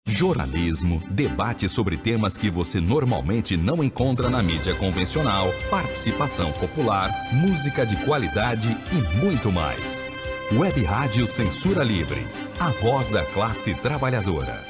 Jornalismo, debate sobre temas que você normalmente não encontra na mídia convencional, participação popular, música de qualidade e muito mais. Web Rádio Censura Livre, a voz da classe trabalhadora.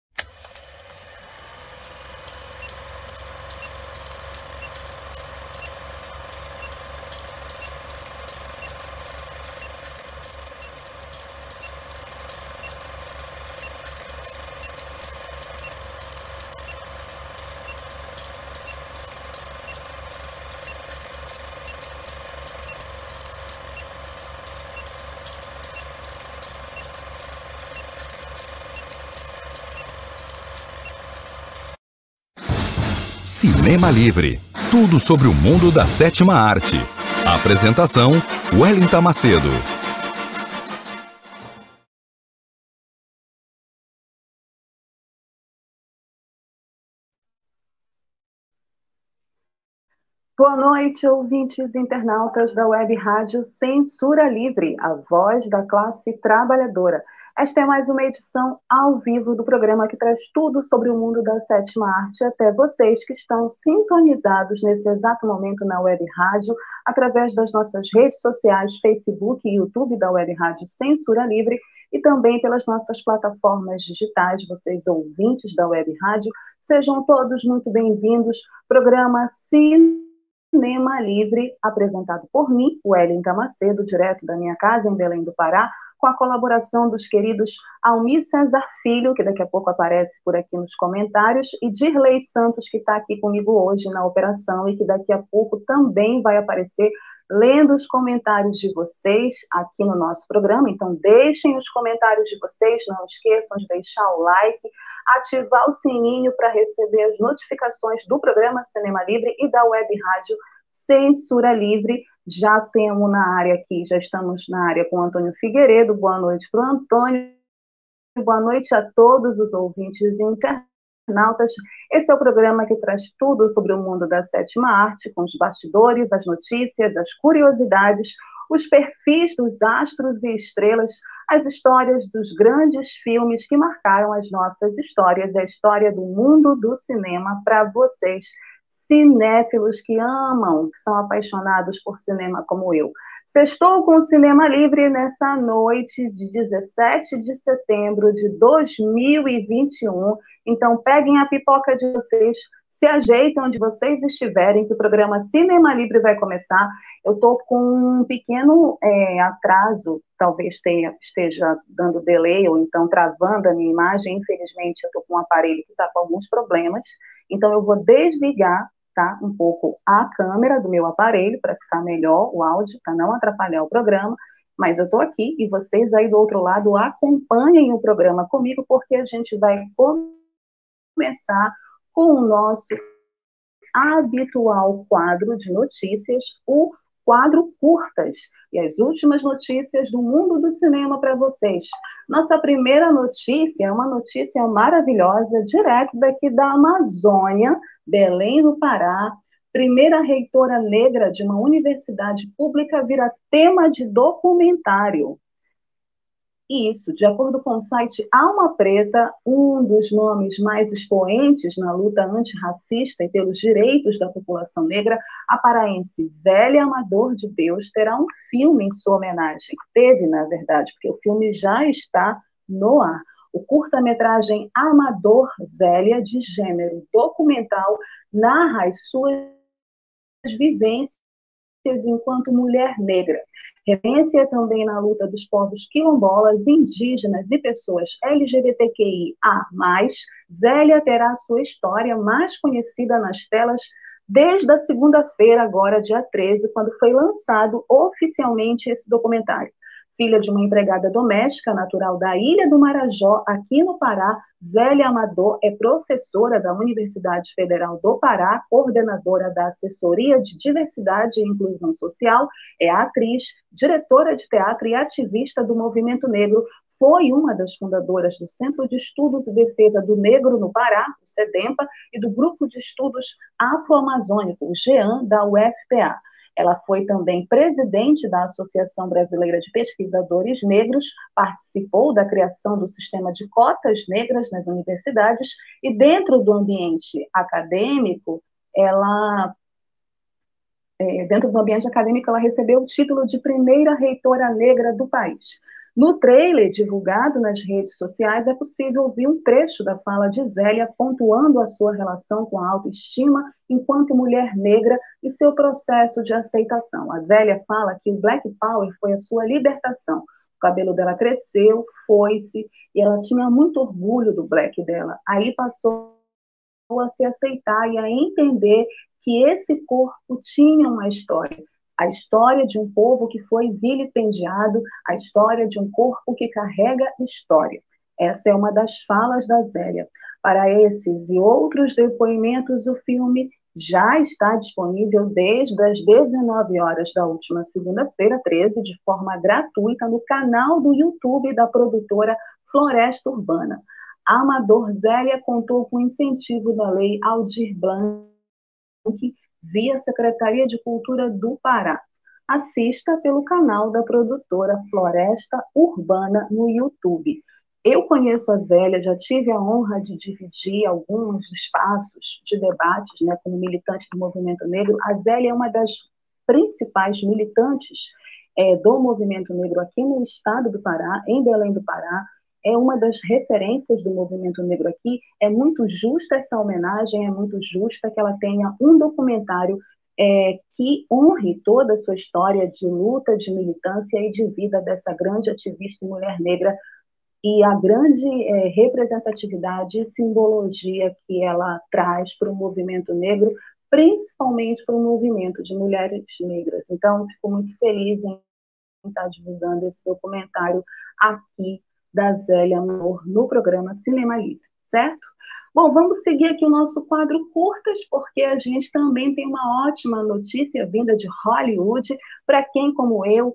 Cinema Livre, tudo sobre o mundo da sétima arte. Apresentação, Wellington Macedo. Boa noite, ouvintes internautas da Web Rádio Censura Livre, a voz da classe trabalhadora. Esta é mais uma edição ao vivo do programa que traz tudo sobre o mundo da sétima arte até vocês que estão sintonizados nesse exato momento na Web Rádio, através das nossas redes sociais, Facebook e YouTube da Web Rádio Censura Livre, e também pelas nossas plataformas digitais. Vocês, ouvintes da Web Rádio, sejam todos muito bem-vindos. Programa Cinema Livre, apresentado por mim, Wellington Macedo, direto da minha casa em Belém do Pará, com a colaboração dos queridos Almir César Filho, que daqui a pouco aparece por aqui nos comentários, e Dirley Santos, que está aqui comigo hoje na operação e que daqui a pouco também vai aparecer lendo os comentários de vocês aqui no nosso programa. Então deixem os comentários de vocês, não esqueçam de deixar o like, ativar o sininho para receber as notificações do programa Cinema Livre e da Web Rádio Censura Livre. Já temos na área aqui, já estamos na área com o Antônio Figueiredo. Boa noite para o Antônio. Boa noite a todos os ouvintes e internautas. Esse é o programa que traz tudo sobre o mundo da sétima arte, com os bastidores, as notícias, as curiosidades, os perfis dos astros e estrelas, as histórias dos grandes filmes que marcaram as nossas histórias, a história do mundo do cinema para vocês, cinéfilos que amam, que são apaixonados por cinema como eu. Sextou com o Cinema Livre nessa noite de 17 de setembro de 2021. Então, peguem a pipoca de vocês, se ajeitem onde vocês estiverem, que o programa Cinema Livre vai começar. Eu estou com um pequeno atraso, talvez esteja dando delay ou então travando a minha imagem. Infelizmente, eu estou com um aparelho que está com alguns problemas. Então, eu vou desligar, tá, um pouco a câmera do meu aparelho para ficar melhor o áudio, para não atrapalhar o programa. Mas eu estou aqui e vocês aí do outro lado acompanhem o programa comigo, porque a gente vai começar com o nosso habitual quadro de notícias, o quadro Curtas, e as últimas notícias do mundo do cinema para vocês. Nossa primeira notícia é uma notícia maravilhosa, direto daqui da Amazônia, Belém do Pará. Primeira reitora negra de uma universidade pública vira tema de documentário. Isso, de acordo com o site Alma Preta, um dos nomes mais expoentes na luta antirracista e pelos direitos da população negra, a paraense Zélia Amador de Deus terá um filme em sua homenagem. Teve, na verdade, porque o filme já está no ar. O curta-metragem Amador Zélia, de gênero documental, narra as suas vivências enquanto mulher negra. Referência também na luta dos povos quilombolas, indígenas e pessoas LGBTQIA+, Zélia terá sua história mais conhecida nas telas desde a segunda-feira, agora dia 13, quando foi lançado oficialmente esse documentário. Filha de uma empregada doméstica natural da Ilha do Marajó, aqui no Pará, Zélia Amador é professora da Universidade Federal do Pará, coordenadora da Assessoria de Diversidade e Inclusão Social, é atriz, diretora de teatro e ativista do movimento negro. Foi uma das fundadoras do Centro de Estudos e Defesa do Negro no Pará, o CEDEMPA, e do Grupo de Estudos Afro-Amazônico, o GEAM, da UFPA. Ela foi também presidente da Associação Brasileira de Pesquisadores Negros, participou da criação do sistema de cotas negras nas universidades e dentro do ambiente acadêmico, ela recebeu o título de primeira reitora negra do país. No trailer divulgado nas redes sociais, é possível ouvir um trecho da fala de Zélia pontuando a sua relação com a autoestima enquanto mulher negra e seu processo de aceitação. A Zélia fala que o Black Power foi a sua libertação. O cabelo dela cresceu, foi-se, e ela tinha muito orgulho do black dela. Aí passou a se aceitar e a entender que esse corpo tinha uma história. A história de um povo que foi vilipendiado, a história de um corpo que carrega história. Essa é uma das falas da Zélia. Para esses e outros depoimentos, o filme já está disponível desde as 19 horas da última segunda-feira, 13, de forma gratuita no canal do YouTube da produtora Floresta Urbana. A Amador Zélia contou com o incentivo da Lei Aldir Blanc, via Secretaria de Cultura do Pará. Assista pelo canal da produtora Floresta Urbana no YouTube. Eu conheço a Zélia, já tive a honra de dividir alguns espaços de debates, né, como militante do movimento negro. A Zélia é uma das principais militantes do movimento negro aqui no estado do Pará, em Belém do Pará. É uma das referências do movimento negro aqui. É muito justa essa homenagem, é muito justa que ela tenha um documentário que honre toda a sua história de luta, de militância e de vida dessa grande ativista e mulher negra e a grande representatividade e simbologia que ela traz para o movimento negro, principalmente para o movimento de mulheres negras. Então, fico muito feliz em estar divulgando esse documentário aqui da Zélia Amor no programa Cinema Livre, certo? Bom, vamos seguir aqui o nosso quadro curtas, porque a gente também tem uma ótima notícia vinda de Hollywood, para quem, como eu,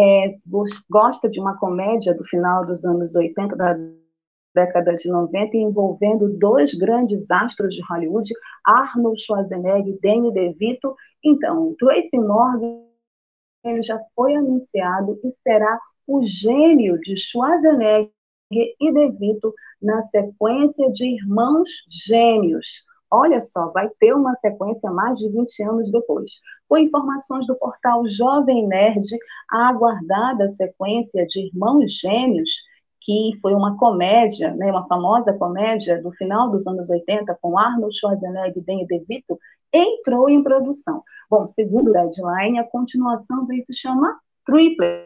gosta de uma comédia do final dos anos 80, da década de 90, envolvendo dois grandes astros de Hollywood, Arnold Schwarzenegger e Danny DeVito. Então, Tracy Morgan, ele já foi anunciado e será o gêmeo de Schwarzenegger e DeVito na sequência de Irmãos Gêmeos. Olha só, vai ter uma sequência mais de 20 anos depois. Com informações do portal Jovem Nerd, a aguardada sequência de Irmãos Gêmeos, que foi uma comédia, né, uma famosa comédia do final dos anos 80, com Arnold Schwarzenegger e Danny DeVito, entrou em produção. Bom, segundo o Deadline, a continuação vai se chamar Triplets,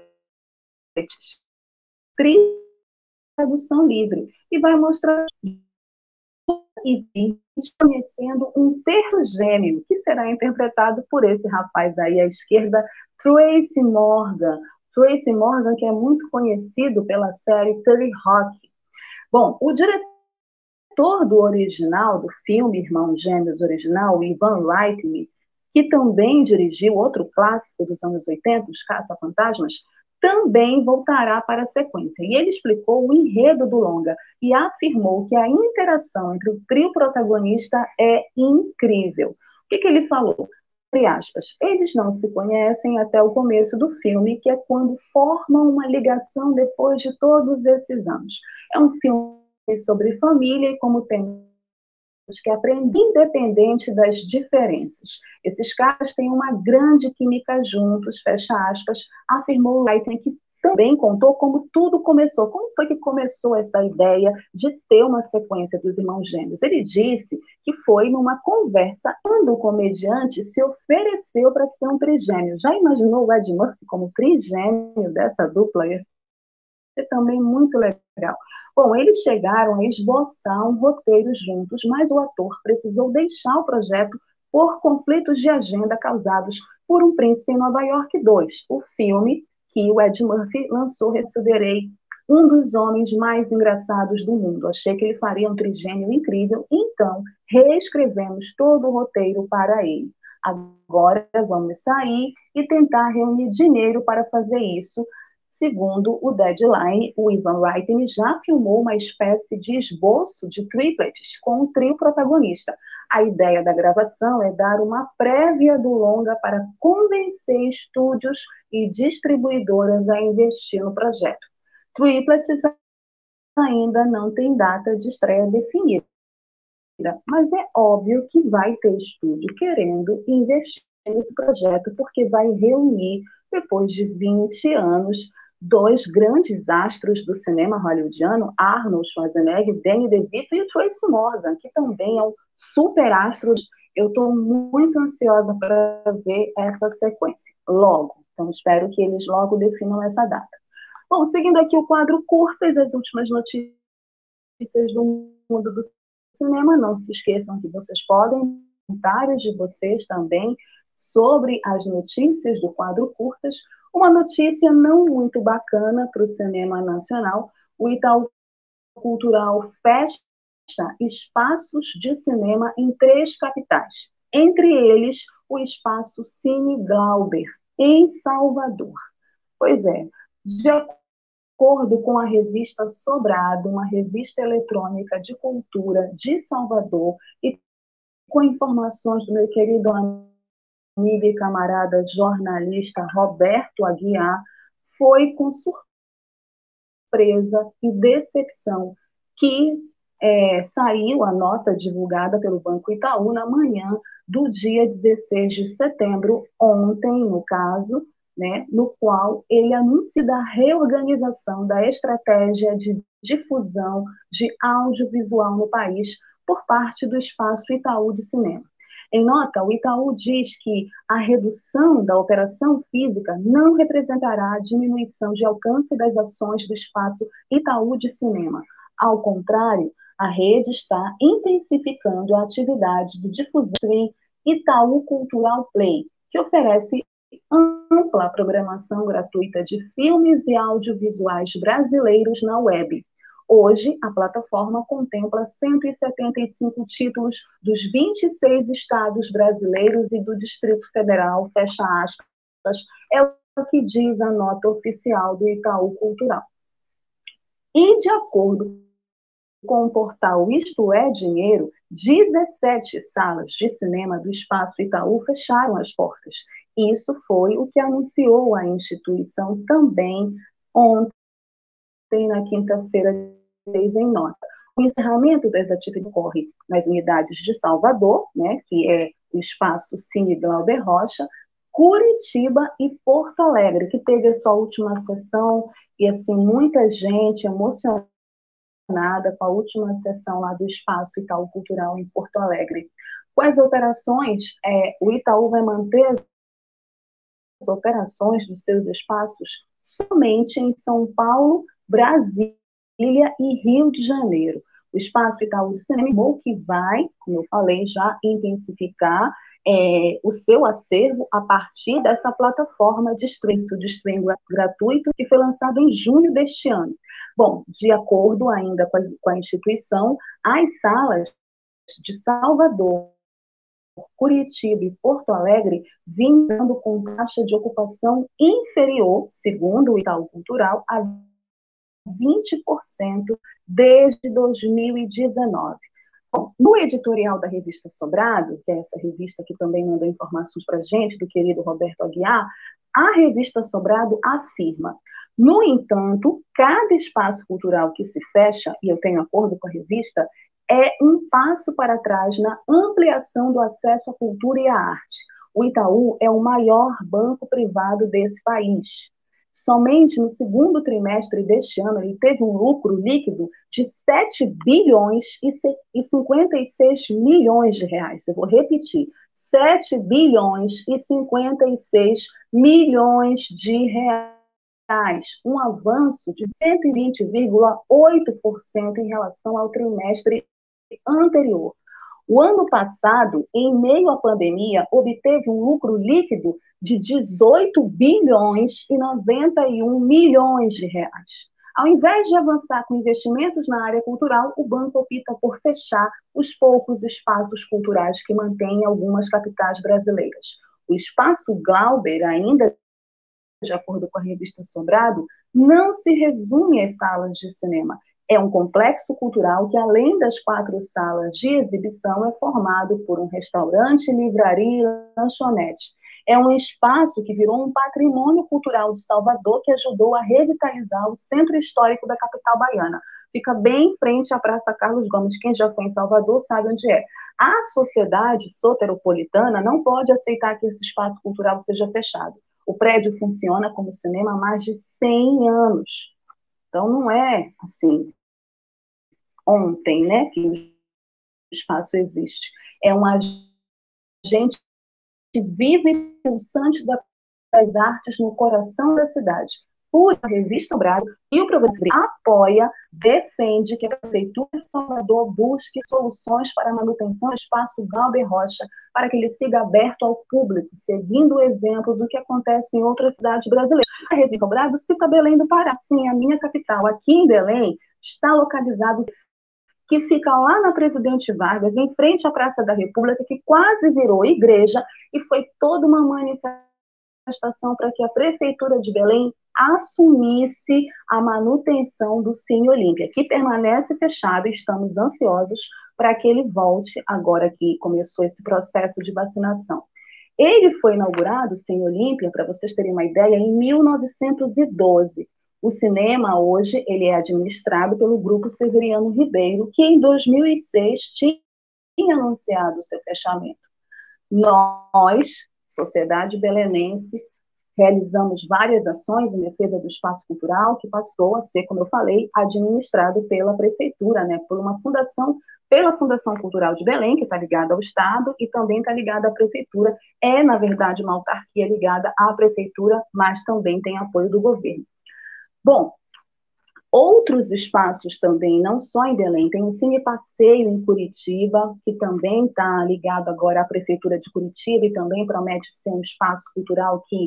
tradução livre, e vai mostrar e conhecendo um terço gêmeo, que será interpretado por esse rapaz aí à esquerda, Tracy Morgan. Tracy Morgan, que é muito conhecido pela série 30 Rock. Bom, o diretor do original, do filme Irmãos Gêmeos original, Ivan Reitman, que também dirigiu outro clássico dos anos 80, Os Caça-Fantasmas, também voltará para a sequência. E ele explicou o enredo do longa e afirmou que a interação entre o trio protagonista é incrível. O que ele falou? Entre aspas, eles não se conhecem até o começo do filme, que é quando formam uma ligação depois de todos esses anos. É um filme sobre família e como tem que aprender independente das diferenças. Esses caras têm uma grande química juntos, fecha aspas, afirmou Leitner, que também contou como tudo começou. Como foi que começou essa ideia de ter uma sequência dos Irmãos Gêmeos? Ele disse que foi numa conversa quando o comediante se ofereceu para ser um trigêmeo. Já imaginou o Ed Murphy como trigêmeo dessa dupla? Ia ser também muito legal. Bom, eles chegaram a esboçar um roteiro juntos, mas o ator precisou deixar o projeto por conflitos de agenda causados por Um Príncipe em Nova York 2, o filme que o Ed Murphy lançou. Considerei um dos homens mais engraçados do mundo. Achei que ele faria um trigêmeo incrível, então reescrevemos todo o roteiro para ele. Agora vamos sair e tentar reunir dinheiro para fazer isso. Segundo o Deadline, o Ivan Reitman já filmou uma espécie de esboço de triplets com o trio protagonista. A ideia da gravação é dar uma prévia do longa para convencer estúdios e distribuidoras a investir no projeto. Triplets ainda não tem data de estreia definida, mas é óbvio que vai ter estúdio querendo investir nesse projeto, porque vai reunir, depois de 20 anos, dois grandes astros do cinema hollywoodiano, Arnold Schwarzenegger, Danny DeVito e Tracy Morgan, que também é um super astro. Eu estou muito ansiosa para ver essa sequência, logo. Então, espero que eles logo definam essa data. Bom, seguindo aqui o quadro curtas, as últimas notícias do mundo do cinema. Não se esqueçam que vocês podem comentários de vocês também sobre as notícias do quadro curtas. Uma notícia não muito bacana para o cinema nacional: o Itaú Cultural fecha espaços de cinema em 3 capitais, entre eles o espaço Cine Glauber, em Salvador. Pois é, de acordo com a revista Sobrado, uma revista eletrônica de cultura de Salvador, e com informações do meu querido amigo e camarada jornalista Roberto Aguiar, foi com surpresa e decepção que saiu a nota divulgada pelo Banco Itaú na manhã do dia 16 de setembro, ontem, no caso, né, no qual ele anuncia a reorganização da estratégia de difusão de audiovisual no país por parte do Espaço Itaú de Cinema. Em nota, o Itaú diz que a redução da operação física não representará a diminuição de alcance das ações do Espaço Itaú de Cinema. Ao contrário, a rede está intensificando a atividade de difusão em Itaú Cultural Play, que oferece ampla programação gratuita de filmes e audiovisuais brasileiros na web. Hoje, a plataforma contempla 175 títulos dos 26 estados brasileiros e do Distrito Federal, fecha aspas, é o que diz a nota oficial do Itaú Cultural. E, de acordo com o portal Isto é Dinheiro, 17 salas de cinema do Espaço Itaú fecharam as portas. Isso foi o que anunciou a instituição também ontem, na quinta-feira, em nota. O encerramento das atividades ocorre nas unidades de Salvador, né, que é o Espaço Cine Glauber Rocha, Curitiba e Porto Alegre, que teve a sua última sessão, e assim, muita gente emocionada com a última sessão lá do Espaço Itaú Cultural em Porto Alegre. Com as operações, o Itaú vai manter as operações dos seus espaços somente em São Paulo, Brasília e Rio de Janeiro. O Espaço Itaú do Cinema informou que vai, como eu falei, já intensificar o seu acervo a partir dessa plataforma de streaming gratuito que foi lançado em junho deste ano. Bom, de acordo ainda com a instituição, as salas de Salvador, Curitiba e Porto Alegre vindo com taxa de ocupação inferior, segundo o Itaú Cultural, a 20% desde 2019. Bom, no editorial da revista Sobrado, que é essa revista que também mandou informações para a gente, do querido Roberto Aguiar, a revista Sobrado afirma: no entanto, cada espaço cultural que se fecha, e eu tenho acordo com a revista, é um passo para trás na ampliação do acesso à cultura e à arte. O Itaú é o maior banco privado desse país. Somente no segundo trimestre deste ano, ele teve um lucro líquido de 7 bilhões e 56 milhões de reais. Eu vou repetir: 7 bilhões e 56 milhões de reais. Um avanço de 120,8% em relação ao trimestre anterior. O ano passado, em meio à pandemia, obteve um lucro líquido de 18 bilhões e 91 milhões de reais. Ao invés de avançar com investimentos na área cultural, o banco opta por fechar os poucos espaços culturais que mantém em algumas capitais brasileiras. O Espaço Glauber, ainda de acordo com a revista Sobrado, não se resume às salas de cinema. É um complexo cultural que, além das 4 salas de exibição, é formado por um restaurante, livraria e lanchonete. É um espaço que virou um patrimônio cultural de Salvador, que ajudou a revitalizar o centro histórico da capital baiana. Fica bem em frente à Praça Carlos Gomes. Quem já foi em Salvador sabe onde é. A sociedade soteropolitana não pode aceitar que esse espaço cultural seja fechado. O prédio funciona como cinema há mais de 100 anos. Então, não é assim, ontem, né, que o espaço existe. É um agente vivo e pulsante das artes no coração da cidade. Por a revista Braga e o professor apoia, defende que a Prefeitura de Salvador busque soluções para a manutenção do espaço Glauber Rocha, para que ele siga aberto ao público, seguindo o exemplo do que acontece em outras cidades brasileiras. A revista Braga cita Belém do Pará, sim, a minha capital. Aqui em Belém está localizado que fica lá na Presidente Vargas, em frente à Praça da República, que quase virou igreja, e foi toda uma manifestação para que a Prefeitura de Belém assumisse a manutenção do Cine Olímpia, que permanece fechado, e estamos ansiosos para que ele volte agora que começou esse processo de vacinação. Ele foi inaugurado, o Cine Olímpia, para vocês terem uma ideia, em 1912. O cinema, hoje, ele é administrado pelo Grupo Severiano Ribeiro, que em 2006 tinha anunciado o seu fechamento. Nós, Sociedade Belenense, realizamos várias ações em defesa do espaço cultural, que passou a ser, como eu falei, administrado pela Prefeitura, né, por uma fundação, pela Fundação Cultural de Belém, que está ligada ao Estado, e também está ligada à Prefeitura. É, na verdade, uma autarquia ligada à Prefeitura, mas também tem apoio do governo. Bom, outros espaços também, não só em Belém, tem o Cine Passeio em Curitiba, que também está ligado agora à Prefeitura de Curitiba e também promete ser um espaço cultural que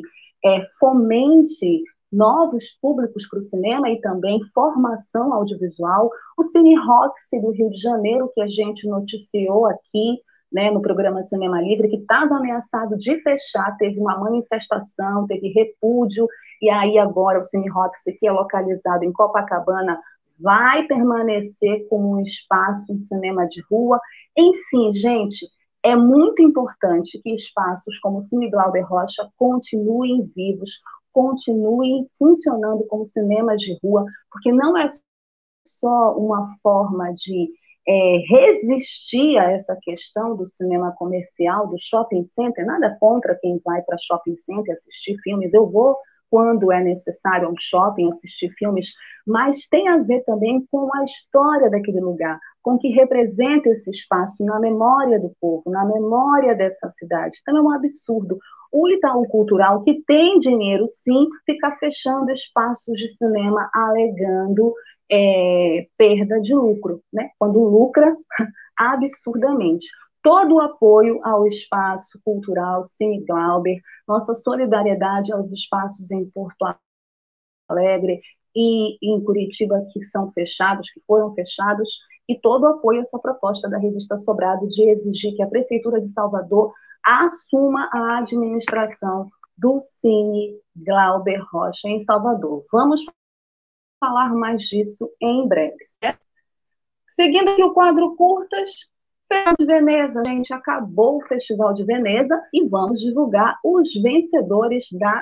fomente novos públicos para o cinema e também formação audiovisual. O Cine Roxy do Rio de Janeiro, que a gente noticiou aqui, né, no programa Cinema Livre, que estava ameaçado de fechar, teve uma manifestação, teve repúdio, e aí agora o Cine Roxy, que é localizado em Copacabana, vai permanecer como um espaço, um cinema de rua. Enfim, gente, é muito importante que espaços como o Cine Glauber Rocha continuem vivos, continuem funcionando como cinemas de rua, porque não é só uma forma de resistir a essa questão do cinema comercial, do shopping center. Nada contra quem vai para shopping center assistir filmes. Eu vou quando é necessário a um shopping assistir filmes, mas tem a ver também com a história daquele lugar, com o que representa esse espaço na memória do povo, na memória dessa cidade. Então é um absurdo. O Itaú Cultural, que tem dinheiro, sim, fica fechando espaços de cinema alegando perda de lucro, né? Quando lucra absurdamente. Todo o apoio ao espaço cultural Cine Glauber, nossa solidariedade aos espaços em Porto Alegre e em Curitiba que são fechados, que foram fechados, e todo o apoio a essa proposta da revista Sobrado de exigir que a Prefeitura de Salvador assuma a administração do Cine Glauber Rocha em Salvador. Vamos falar mais disso em breve, certo? Seguindo aqui o quadro curtas, Festival de Veneza, gente, acabou o Festival de Veneza e vamos divulgar os vencedores da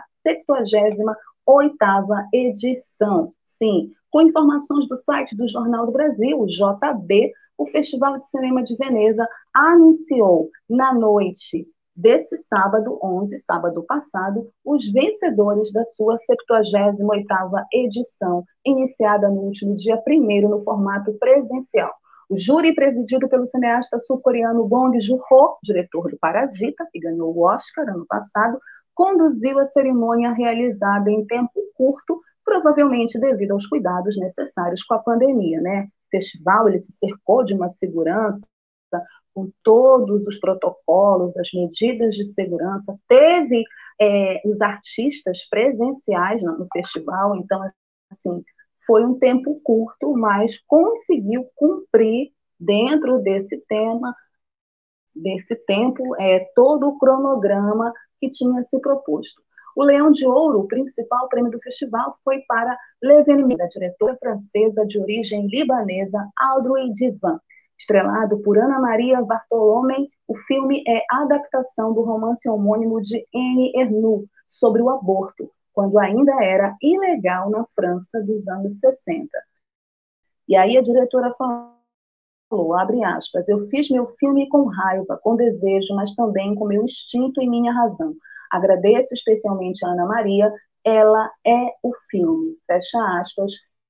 78ª edição. Sim, com informações do site do Jornal do Brasil, o JB, o Festival de Cinema de Veneza anunciou na noite desse sábado 11, sábado passado, os vencedores da sua 78ª edição, iniciada no último dia 1º no formato presencial. O júri, presidido pelo cineasta sul-coreano Bong Joon-ho, diretor do Parasita, que ganhou o Oscar ano passado, conduziu a cerimônia realizada em tempo curto, provavelmente devido aos cuidados necessários com a pandemia, né? O festival ele se cercou de uma segurança com todos os protocolos, as medidas de segurança, teve os artistas presenciais no festival, então, assim, foi um tempo curto, mas conseguiu cumprir dentro desse tempo, todo o cronograma que tinha se proposto. O Leão de Ouro, o principal prêmio do festival, foi para L'Événement, da diretora francesa de origem libanesa Audrey Divan. Estrelado por Ana Maria Bartolomé, o filme é a adaptação do romance homônimo de Anne Ernaux sobre o aborto, quando ainda era ilegal na França dos anos 60. E aí a diretora falou, abre aspas, eu fiz meu filme com raiva, com desejo, mas também com meu instinto e minha razão. Agradeço especialmente a Ana Maria, ela é o filme, fecha aspas,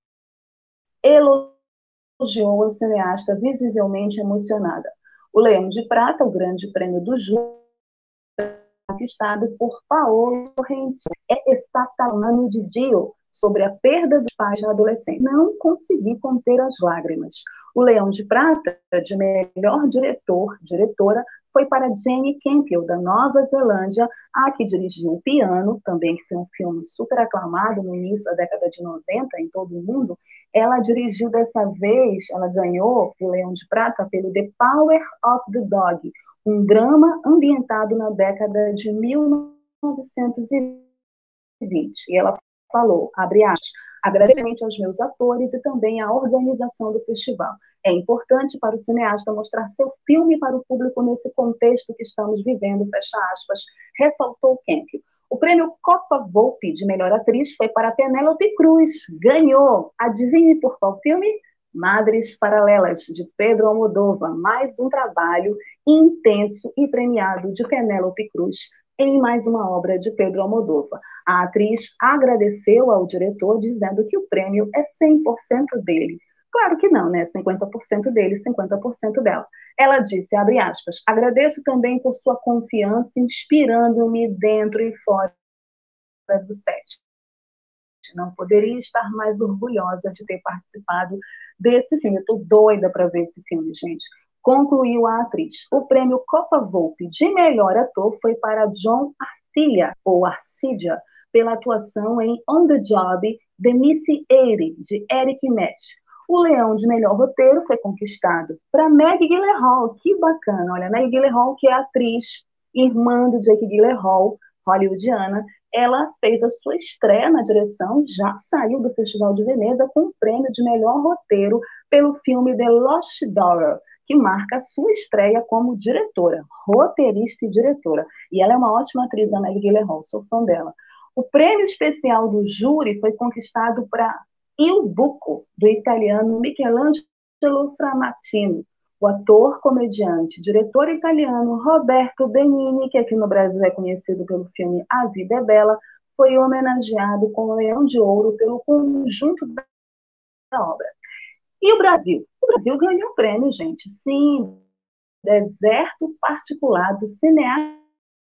elogiou a cineasta visivelmente emocionada. O Leão de Prata, o grande prêmio do júri, conquistado por Paolo Sorrentino, é Estatalano de Dio, sobre a perda dos pais na adolescência. Não consegui conter as lágrimas. O Leão de Prata, de melhor diretora, foi para Jane Campion, da Nova Zelândia, a que dirigiu O Piano, também que foi um filme super aclamado no início da década de 90 em todo o mundo. Ela dirigiu dessa vez, ela ganhou o Leão de Prata pelo The Power of the Dog, um drama ambientado na década de 1920. E ela falou, abre aspas, agradecimento aos meus atores e também à organização do festival. É importante para o cineasta mostrar seu filme para o público nesse contexto que estamos vivendo, fecha aspas, ressaltou Campion. O prêmio Copa Volpi de melhor atriz foi para Penélope Cruz. Ganhou! Adivinhe por qual filme? Madres Paralelas, de Pedro Almodóvar. Mais um trabalho intenso e premiado de Penélope Cruz em mais uma obra de Pedro Almodóvar. A atriz agradeceu ao diretor, dizendo que o prêmio é 100% dele. Claro que não, né? 50% dele, 50% dela. Ela disse, abre aspas, agradeço também por sua confiança, inspirando-me dentro e fora do set. Não poderia estar mais orgulhosa de ter participado desse filme. Eu estou doida para ver esse filme, gente. Concluiu a atriz. O prêmio Copa Volpi de melhor ator foi para John Arcilla, ou Arcidia, pela atuação em On the Job, The Missy Eighty, de Eric Metz. O Leão de melhor roteiro foi conquistado para Maggie Gyllenhaal. Que bacana. Olha, Maggie Gyllenhaal, que é a atriz, irmã do Jake Gyllenhaal, hollywoodiana, ela fez a sua estreia na direção, já saiu do Festival de Veneza com o prêmio de melhor roteiro pelo filme The Lost Daughter, que marca a sua estreia como diretora, roteirista e diretora. E ela é uma ótima atriz, a Maggie Gyllenhaal, sou fã dela. O prêmio especial do júri foi conquistado para Il Buco, do italiano Michelangelo Framatini. O ator, comediante, diretor italiano Roberto Benigni, que aqui no Brasil é conhecido pelo filme A Vida é Bela, foi homenageado com o Leão de Ouro pelo conjunto da obra. E o Brasil? O Brasil ganhou um prêmio, gente. Sim, Deserto Particular, do cineasta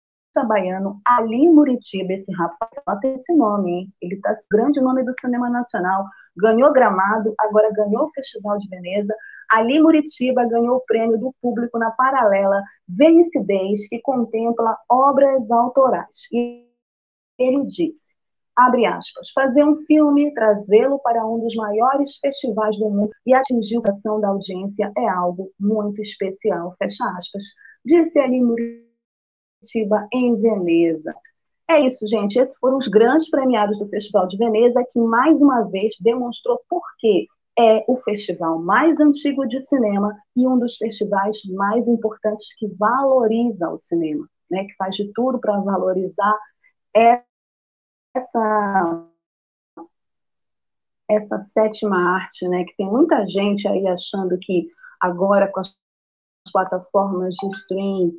baiano Ali Muritiba. Esse rapaz tem esse nome, hein? Ele está grande nome do cinema nacional. Ganhou Gramado, agora ganhou o Festival de Veneza. Ali Muritiba ganhou o prêmio do público na Paralela Venicidez, que contempla obras autorais. E ele disse, abre aspas, fazer um filme, trazê-lo para um dos maiores festivais do mundo e atingir o coração da audiência é algo muito especial, fecha aspas, disse Ali Muritiba em Veneza. É isso, gente. Esses foram os grandes premiados do Festival de Veneza, que mais uma vez demonstrou por que é o festival mais antigo de cinema e um dos festivais mais importantes que valoriza o cinema, né? Que faz de tudo para valorizar essa sétima arte, né? Que tem muita gente aí achando que agora com as plataformas de stream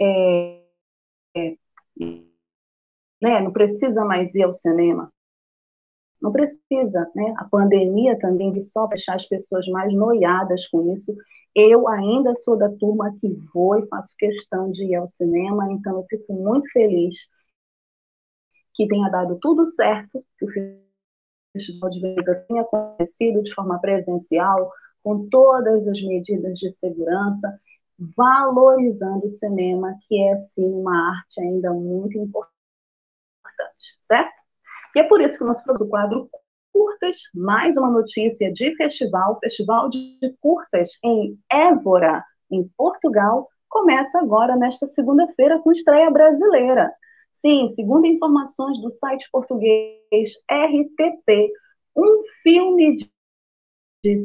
né, não precisa mais ir ao cinema. Não precisa, né? A pandemia também de só deixar as pessoas mais noiadas com isso. Eu ainda sou da turma que vou e faço questão de ir ao cinema, então eu fico muito feliz que tenha dado tudo certo, que o Festival de Veneza tenha acontecido de forma presencial, com todas as medidas de segurança, valorizando o cinema, que é, sim, uma arte ainda muito importante, certo? E é por isso que nós fazemos o quadro Curtas, mais uma notícia de festival. O Festival de Curtas em Évora, em Portugal, começa agora nesta segunda-feira com estreia brasileira. Sim, segundo informações do site português RTP, um filme de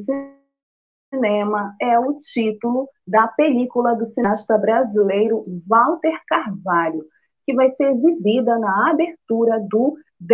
cinema é o título da película do cineasta brasileiro Walter Carvalho, que vai ser exibida na abertura do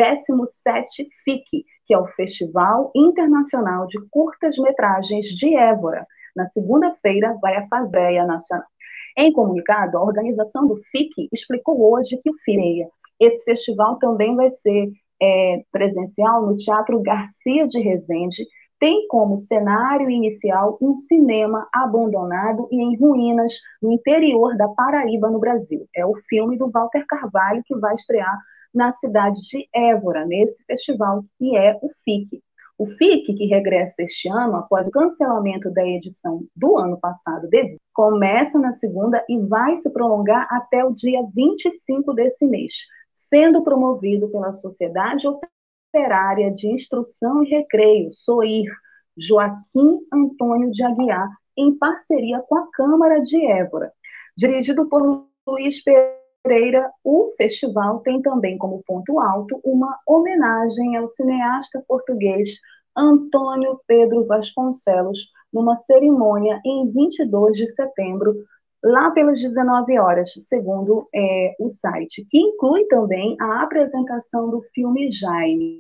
17º FIC, que é o Festival Internacional de Curtas-Metragens de Évora. Na segunda-feira vai a Fazeia Nacional. Em comunicado, a organização do FIC explicou hoje que o FIC, esse festival também vai ser presencial no Teatro Garcia de Rezende, tem como cenário inicial um cinema abandonado e em ruínas no interior da Paraíba, no Brasil. É o filme do Walter Carvalho que vai estrear na cidade de Évora, nesse festival, que é o FIC. O FIC, que regressa este ano, após o cancelamento da edição do ano passado, começa na segunda e vai se prolongar até o dia 25 desse mês, sendo promovido pela Sociedade Operária de Instrução e Recreio, SOIR, Joaquim Antônio de Aguiar, em parceria com a Câmara de Évora. Dirigido por Luiz Pereira, o festival tem também como ponto alto uma homenagem ao cineasta português Antônio Pedro Vasconcelos, numa cerimônia em 22 de setembro, lá pelas 19 horas, segundo o site, que inclui também a apresentação do filme Jaime.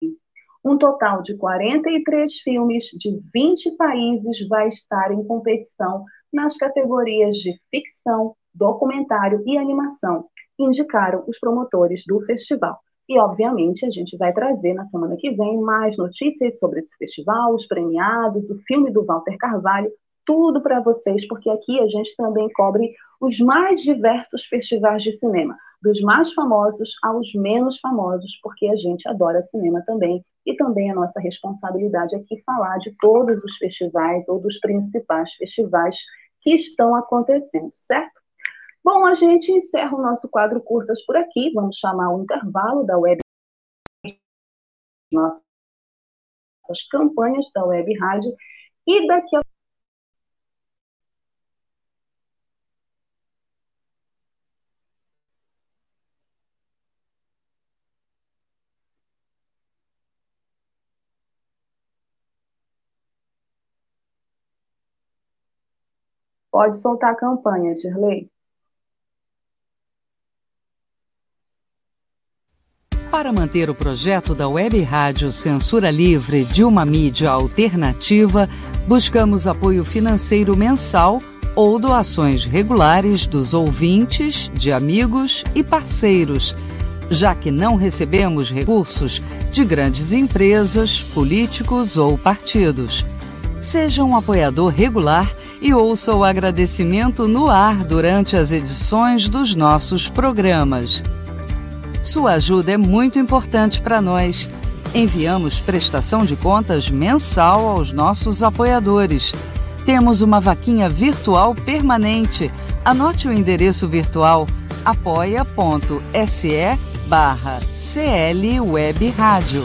Um total de 43 filmes de 20 países vai estar em competição nas categorias de ficção, documentário e animação, indicaram os promotores do festival. E, obviamente, a gente vai trazer na semana que vem mais notícias sobre esse festival, os premiados, o filme do Walter Carvalho, tudo para vocês, porque aqui a gente também cobre os mais diversos festivais de cinema, dos mais famosos aos menos famosos, porque a gente adora cinema também, e também a nossa responsabilidade aqui falar de todos os festivais ou dos principais festivais que estão acontecendo, certo? Bom, a gente encerra o nosso quadro Curtas por aqui, vamos chamar o intervalo da web, nossas campanhas da Web Rádio, e daqui a Pode soltar a campanha, Dirley. Para manter o projeto da Web Rádio Censura Livre de uma mídia alternativa, buscamos apoio financeiro mensal ou doações regulares dos ouvintes, de amigos e parceiros, já que não recebemos recursos de grandes empresas, políticos ou partidos. Seja um apoiador regular e ouça o agradecimento no ar durante as edições dos nossos programas. Sua ajuda é muito importante para nós. Enviamos prestação de contas mensal aos nossos apoiadores. Temos uma vaquinha virtual permanente. Anote o endereço virtual apoia.se/CL Web Rádio.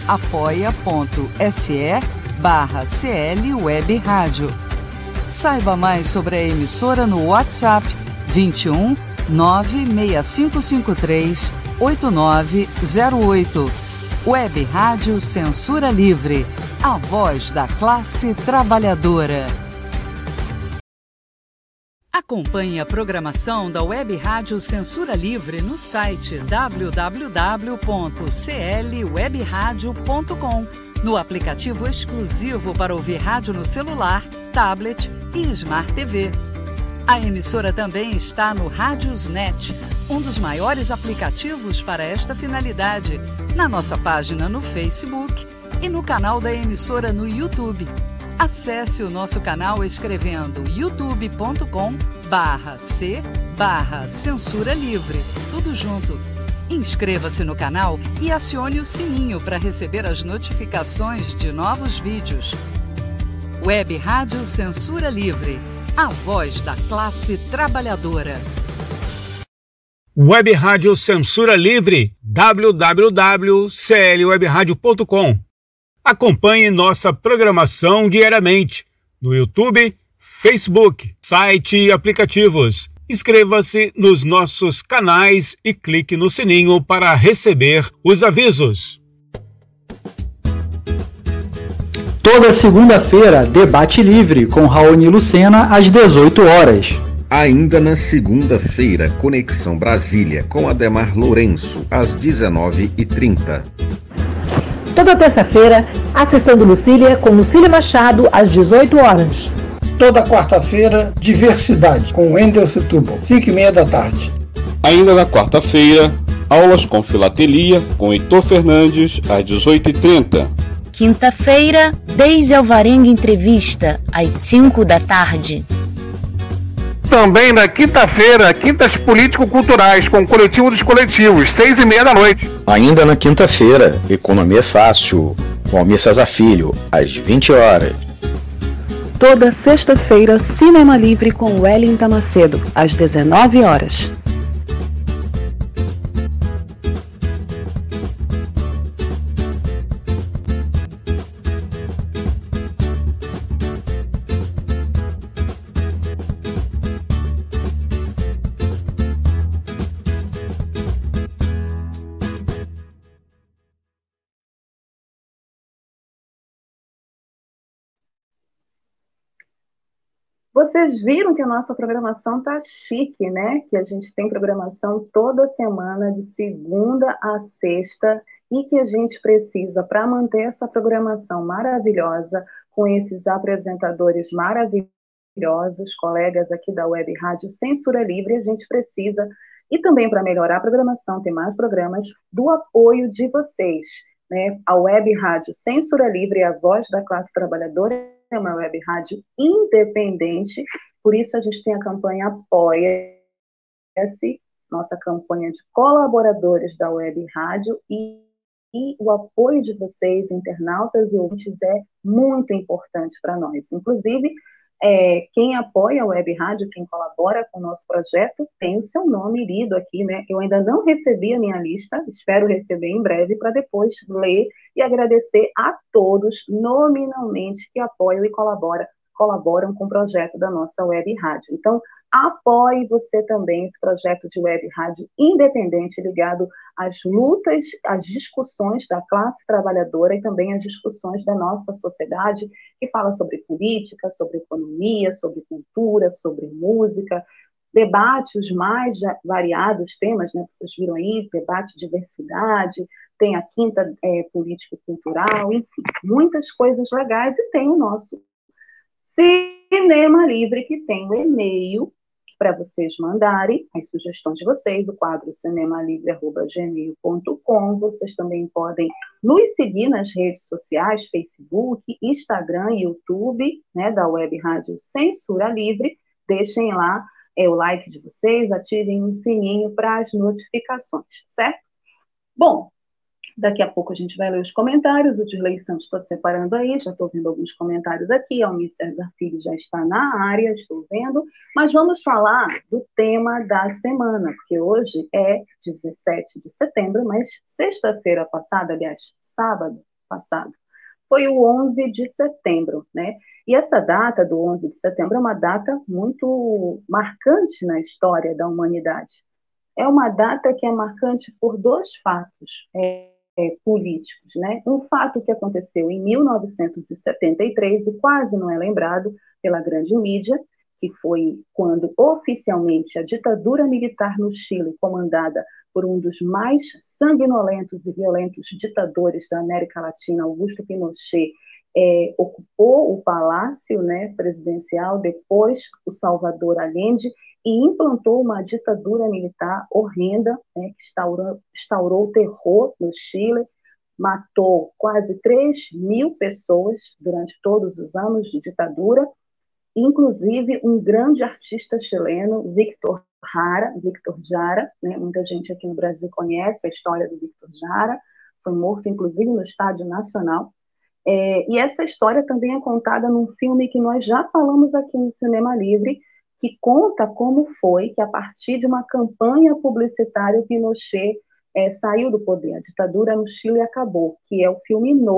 apoia.se/CL Web Rádio. Saiba mais sobre a emissora no WhatsApp 21 96553 8908. Web Rádio Censura Livre, a voz da classe trabalhadora. Acompanhe a programação da Web Rádio Censura Livre no site www.clwebradio.com, no aplicativo exclusivo para ouvir rádio no celular, tablet e Smart TV. A emissora também está no Radiosnet, um dos maiores aplicativos para esta finalidade, na nossa página no Facebook e no canal da emissora no YouTube. Acesse o nosso canal escrevendo youtube.com/c/censura livre, tudo junto. Inscreva-se no canal e acione o sininho para receber as notificações de novos vídeos. Web Rádio Censura Livre, a voz da classe trabalhadora. Web Rádio Censura Livre, www.clwebradio.com. Acompanhe nossa programação diariamente no YouTube, Facebook, site e aplicativos Inscreva-se nos nossos canais e clique no sininho para receber os avisos. Toda segunda-feira, Debate Livre com Raoni Lucena às 18 horas. Ainda na segunda-feira, Conexão Brasília com Ademar Lourenço às 19h30. Toda terça-feira, a sessão do Lucília com Lucília Machado às 18 horas. Toda quarta-feira, Diversidade, com Wendel Setúbal, 5h30 da tarde. Ainda na quarta-feira, aulas com filatelia, com Heitor Fernandes, às 18h30. Quinta-feira, Deise Alvarenga Entrevista, às 5 da tarde. Também na quinta-feira, Quintas Político-Culturais, com o Coletivo dos Coletivos, 6h30 da noite. Ainda na quinta-feira, Economia Fácil, com Almir Cesar Filho, às 20 horas. Toda sexta-feira, Cinema Livre com Wellington Macedo, às 19 horas. Vocês viram que a nossa programação tá chique, né? Que a gente tem programação toda semana, de segunda a sexta, e que a gente precisa, para manter essa programação maravilhosa, com esses apresentadores maravilhosos, colegas aqui da Web Rádio Censura Livre, a gente precisa, e também para melhorar a programação, ter mais programas, do apoio de vocês, né? A Web Rádio Censura Livre é a voz da classe trabalhadora, é uma web rádio independente, por isso a gente tem a campanha Apoia-se, nossa campanha de colaboradores da web rádio, e o apoio de vocês, internautas e ouvintes, é muito importante para nós. Inclusive, quem apoia a web rádio, quem colabora com o nosso projeto, tem o seu nome lido aqui, né? Eu ainda não recebi a minha lista, espero receber em breve, para depois ler e agradecer a todos, nominalmente, que apoiam e colaboram com o projeto da nossa web rádio. Então, apoie você também esse projeto de web rádio independente, ligado às lutas, às discussões da classe trabalhadora e também às discussões da nossa sociedade, que fala sobre política, sobre economia, sobre cultura, sobre música, debate os mais variados temas, né? Vocês viram aí, debate de diversidade, tem a quinta político-cultural, enfim, muitas coisas legais, e tem o nosso Cinema Livre, que tem o e-mail para vocês mandarem as sugestões de vocês, o quadro cinemalivre@gmail.com. Vocês também podem nos seguir nas redes sociais, Facebook, Instagram, YouTube, né, da Web Rádio Censura Livre. Deixem lá o like de vocês, ativem o sininho para as notificações, certo? Bom, daqui a pouco a gente vai ler os comentários. O Dirley Santos está separando aí, já estou vendo alguns comentários aqui. Almir Cesar Filho já está na área, estou vendo. Mas vamos falar do tema da semana, porque hoje é 17 de setembro, mas sexta-feira passada, aliás, sábado passado, foi o 11 de setembro, né? E essa data do 11 de setembro é uma data muito marcante na história da humanidade. É uma data que é marcante por dois fatos políticos, né? Um fato que aconteceu em 1973 e quase não é lembrado pela grande mídia, que foi quando oficialmente a ditadura militar no Chile, comandada por um dos mais sanguinolentos e violentos ditadores da América Latina, Augusto Pinochet, ocupou o palácio, né, presidencial, depois o Salvador Allende, e implantou uma ditadura militar horrenda, né, que instaurou o terror no Chile, matou quase 3.000 pessoas durante todos os anos de ditadura, inclusive um grande artista chileno, Víctor Jara, né, muita gente aqui no Brasil conhece a história do Víctor Jara, foi morto inclusive no Estádio Nacional. E essa história também é contada num filme que nós já falamos aqui no Cinema Livre, que conta como foi que, a partir de uma campanha publicitária, o Pinochet saiu do poder. A ditadura no Chile acabou, que é o filme No,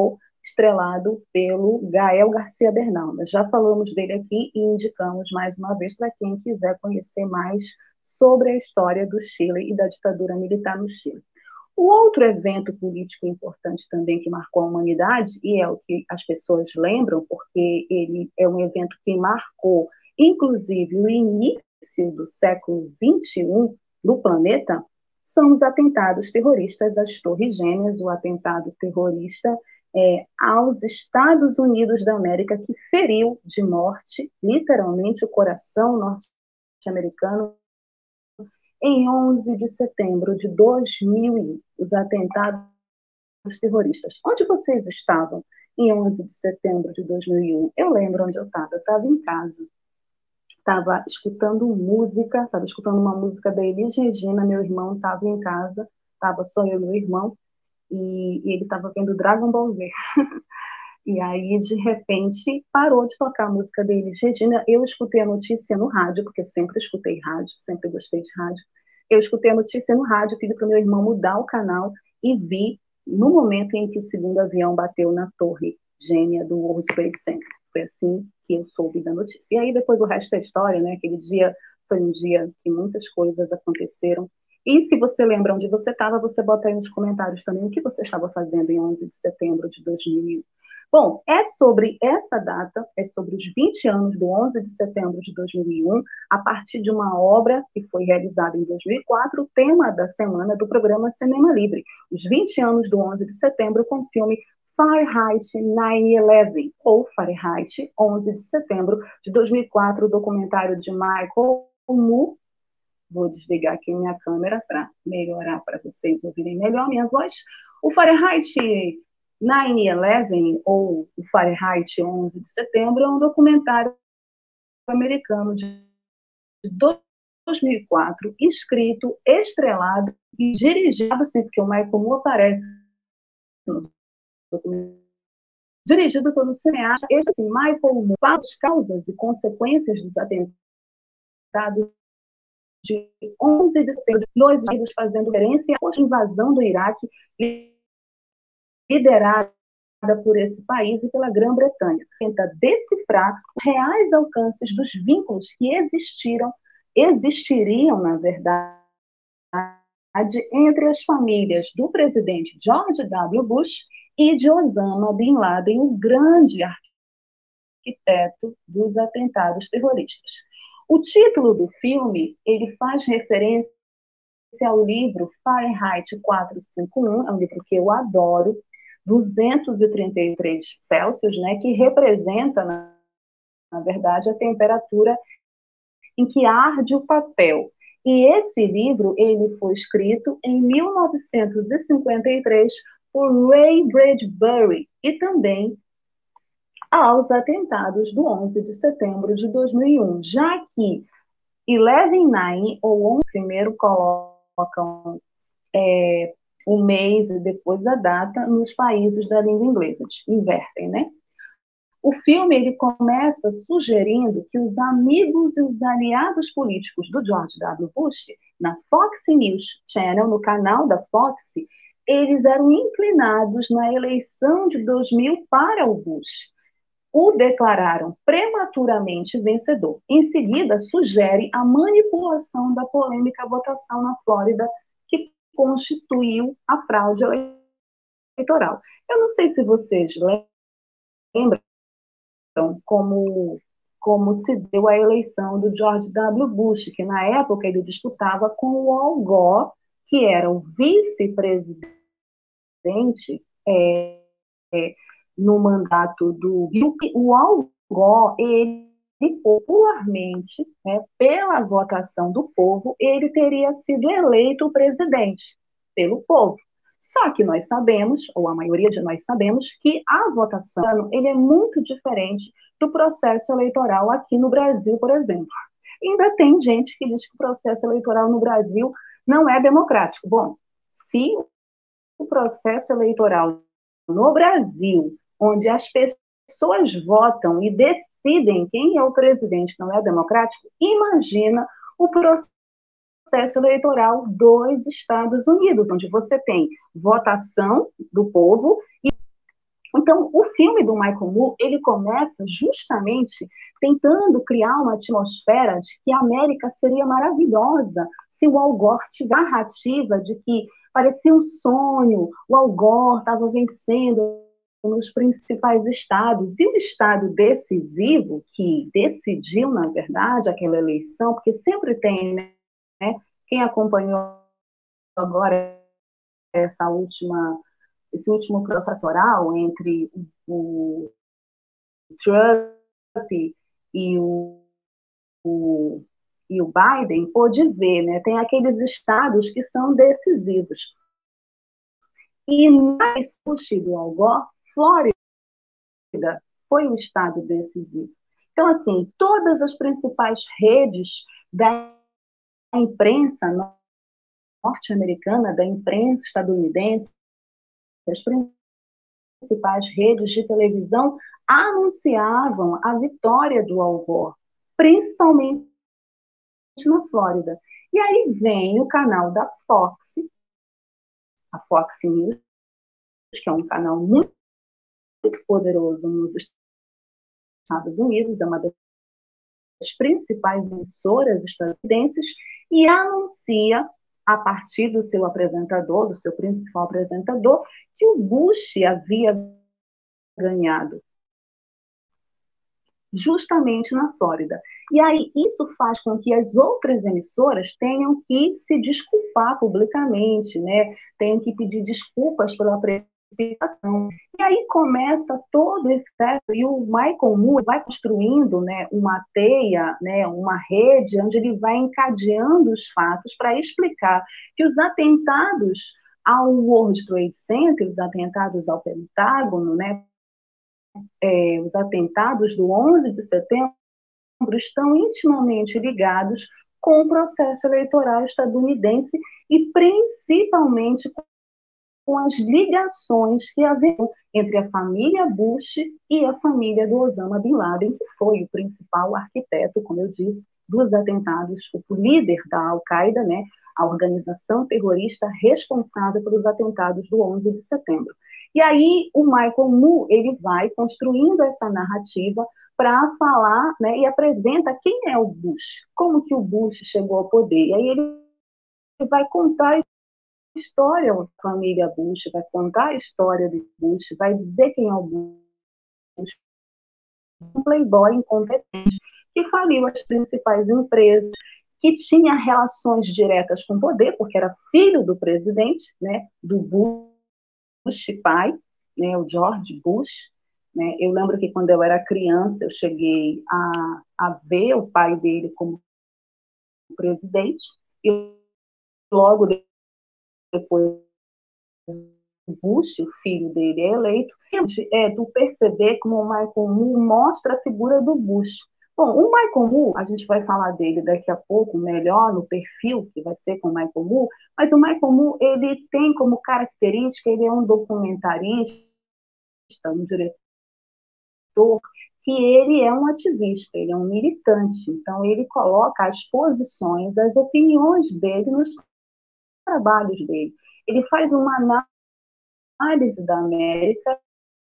estrelado pelo Gael Garcia Bernal. Nós já falamos dele aqui e indicamos mais uma vez para quem quiser conhecer mais sobre a história do Chile e da ditadura militar no Chile. O outro evento político importante também que marcou a humanidade, e é o que as pessoas lembram, porque ele é um evento que marcou, inclusive, o início do século XXI no planeta, são os atentados terroristas às Torres Gêmeas, o atentado terrorista aos Estados Unidos da América, que feriu de morte, literalmente, o coração norte-americano, em 11 de setembro de 2001, os atentados terroristas. Onde vocês estavam em 11 de setembro de 2001? Eu lembro onde eu estava em casa. Estava escutando uma música da Elis Regina, meu irmão estava em casa, estava só eu e meu irmão, e ele estava vendo Dragon Ball Z. E aí, de repente, parou de tocar a música da Elis Regina. Eu escutei a notícia no rádio, porque eu sempre escutei rádio, sempre gostei de rádio. Eu escutei a notícia no rádio, pedi para o meu irmão mudar o canal e vi no momento em que o segundo avião bateu na torre gêmea do World Trade Center. Foi assim que eu soube da notícia. E aí, depois, o resto da história, né? Aquele dia foi um dia que muitas coisas aconteceram. E se você lembra onde você estava, você bota aí nos comentários também o que você estava fazendo em 11 de setembro de 2001. Bom, é sobre essa data, é sobre os 20 anos do 11 de setembro de 2001, a partir de uma obra que foi realizada em 2004, o tema da semana do programa Cinema Livre, os 20 anos do 11 de setembro, com o filme Fahrenheit 9/11, ou Fahrenheit 11 de setembro de 2004, o documentário de Michael Moore. Vou desligar aqui minha câmera para melhorar, para vocês ouvirem melhor a minha voz. O Fahrenheit 9/11, ou o Fahrenheit 11 de setembro, é um documentário americano de 2004, escrito, estrelado e dirigido, assim, porque o Michael Moore aparece no documentário, dirigido pelo cineasta, assim, Michael Moore, faz as causas e consequências dos atentados de 11 de setembro, nos Estados Unidos, fazendo referência à invasão do Iraque, liderada por esse país e pela Grã-Bretanha. Tenta decifrar os reais alcances dos vínculos que existiriam, na verdade, entre as famílias do presidente George W. Bush e de Osama Bin Laden, o grande arquiteto dos atentados terroristas. O título do filme, ele faz referência ao livro Fahrenheit 451, é um livro que eu adoro, 233 Celsius, né, que representa, na verdade, a temperatura em que arde o papel. E esse livro, ele foi escrito em 1953 por Ray Bradbury e também aos atentados do 11 de setembro de 2001, já que 11/9, ou 11, primeiro colocam o mês e depois a data nos países da língua inglesa, invertem, né? O filme, ele começa sugerindo que os amigos e os aliados políticos do George W. Bush, na Fox News Channel, no canal da Fox, eles eram inclinados na eleição de 2000 para o Bush. O declararam prematuramente vencedor. Em seguida, sugere a manipulação da polêmica votação na Flórida, que constituiu a fraude eleitoral. Eu não sei se vocês lembram como se deu a eleição do George W. Bush, que na época ele disputava com o Al Gore, que era o vice-presidente no mandato do Bill. O Al Gore, ele popularmente, né, pela votação do povo, ele teria sido eleito presidente pelo povo. Só que nós sabemos, ou a maioria de nós sabemos, que a votação ele é muito diferente do processo eleitoral aqui no Brasil, por exemplo. Ainda tem gente que diz que o processo eleitoral no Brasil não é democrático. Bom, se o processo eleitoral no Brasil, onde as pessoas votam e decidem quem é o presidente, não é democrático, imagina o processo eleitoral dos Estados Unidos, onde você tem votação do povo e Então, o filme do Michael Moore, ele começa justamente tentando criar uma atmosfera de que a América seria maravilhosa se o Al Gore tivesse a narrativa de que parecia um sonho, o Al Gore estava vencendo nos principais estados, e o estado decisivo, que decidiu, na verdade, aquela eleição, porque sempre tem, né, quem acompanhou agora esse último processo oral entre o Trump e o Biden, pôde ver, né, tem aqueles estados que são decisivos. E mais do Al Gore, Flórida foi um estado decisivo. Então, assim, todas as principais redes da imprensa norte-americana, da imprensa estadunidense, as principais redes de televisão anunciavam a vitória do Al Gore, principalmente na Flórida. E aí vem o canal da Fox, a Fox News, que é um canal muito poderoso nos Estados Unidos, é uma das principais emissoras estadunidenses, e anuncia, a partir do seu apresentador, do seu principal apresentador, que o Bush havia ganhado justamente na Flórida. E aí isso faz com que as outras emissoras tenham que se desculpar publicamente, né? Tenham que pedir desculpas pela precipitação. E aí começa todo esse processo, e o Michael Moore vai construindo, né, uma teia, né, uma rede, onde ele vai encadeando os fatos para explicar que os atentados ao World Trade Center, os atentados ao Pentágono, né, os atentados do 11 de setembro estão intimamente ligados com o processo eleitoral estadunidense e principalmente com as ligações que haviam entre a família Bush e a família do Osama Bin Laden, que foi o principal arquiteto, como eu disse, dos atentados, o líder da Al-Qaeda, né, a organização terrorista responsável pelos atentados do 11 de setembro. E aí o Michael Moore, ele vai construindo essa narrativa para falar, né, e apresenta quem é o Bush, como que o Bush chegou ao poder. E aí ele vai contar a história da família Bush, vai contar a história do Bush, vai dizer quem é o Bush, um playboy incompetente que faliu as principais empresas, que tinha relações diretas com o poder, porque era filho do presidente, né, do Bush pai, né, o George Bush, né. Eu lembro que quando eu era criança eu cheguei a ver o pai dele como presidente, e logo depois o Bush, o filho dele, é eleito. Do perceber como o Michael Moore mostra a figura do Bush. Bom, o Michael Moore, a gente vai falar dele daqui a pouco melhor no perfil que vai ser com o Michael Moore, mas o Michael Moore, ele tem como característica, ele é um documentarista, um diretor, que ele é um ativista, ele é um militante, então ele coloca as posições, as opiniões dele nos trabalhos dele. Ele faz uma análise da América,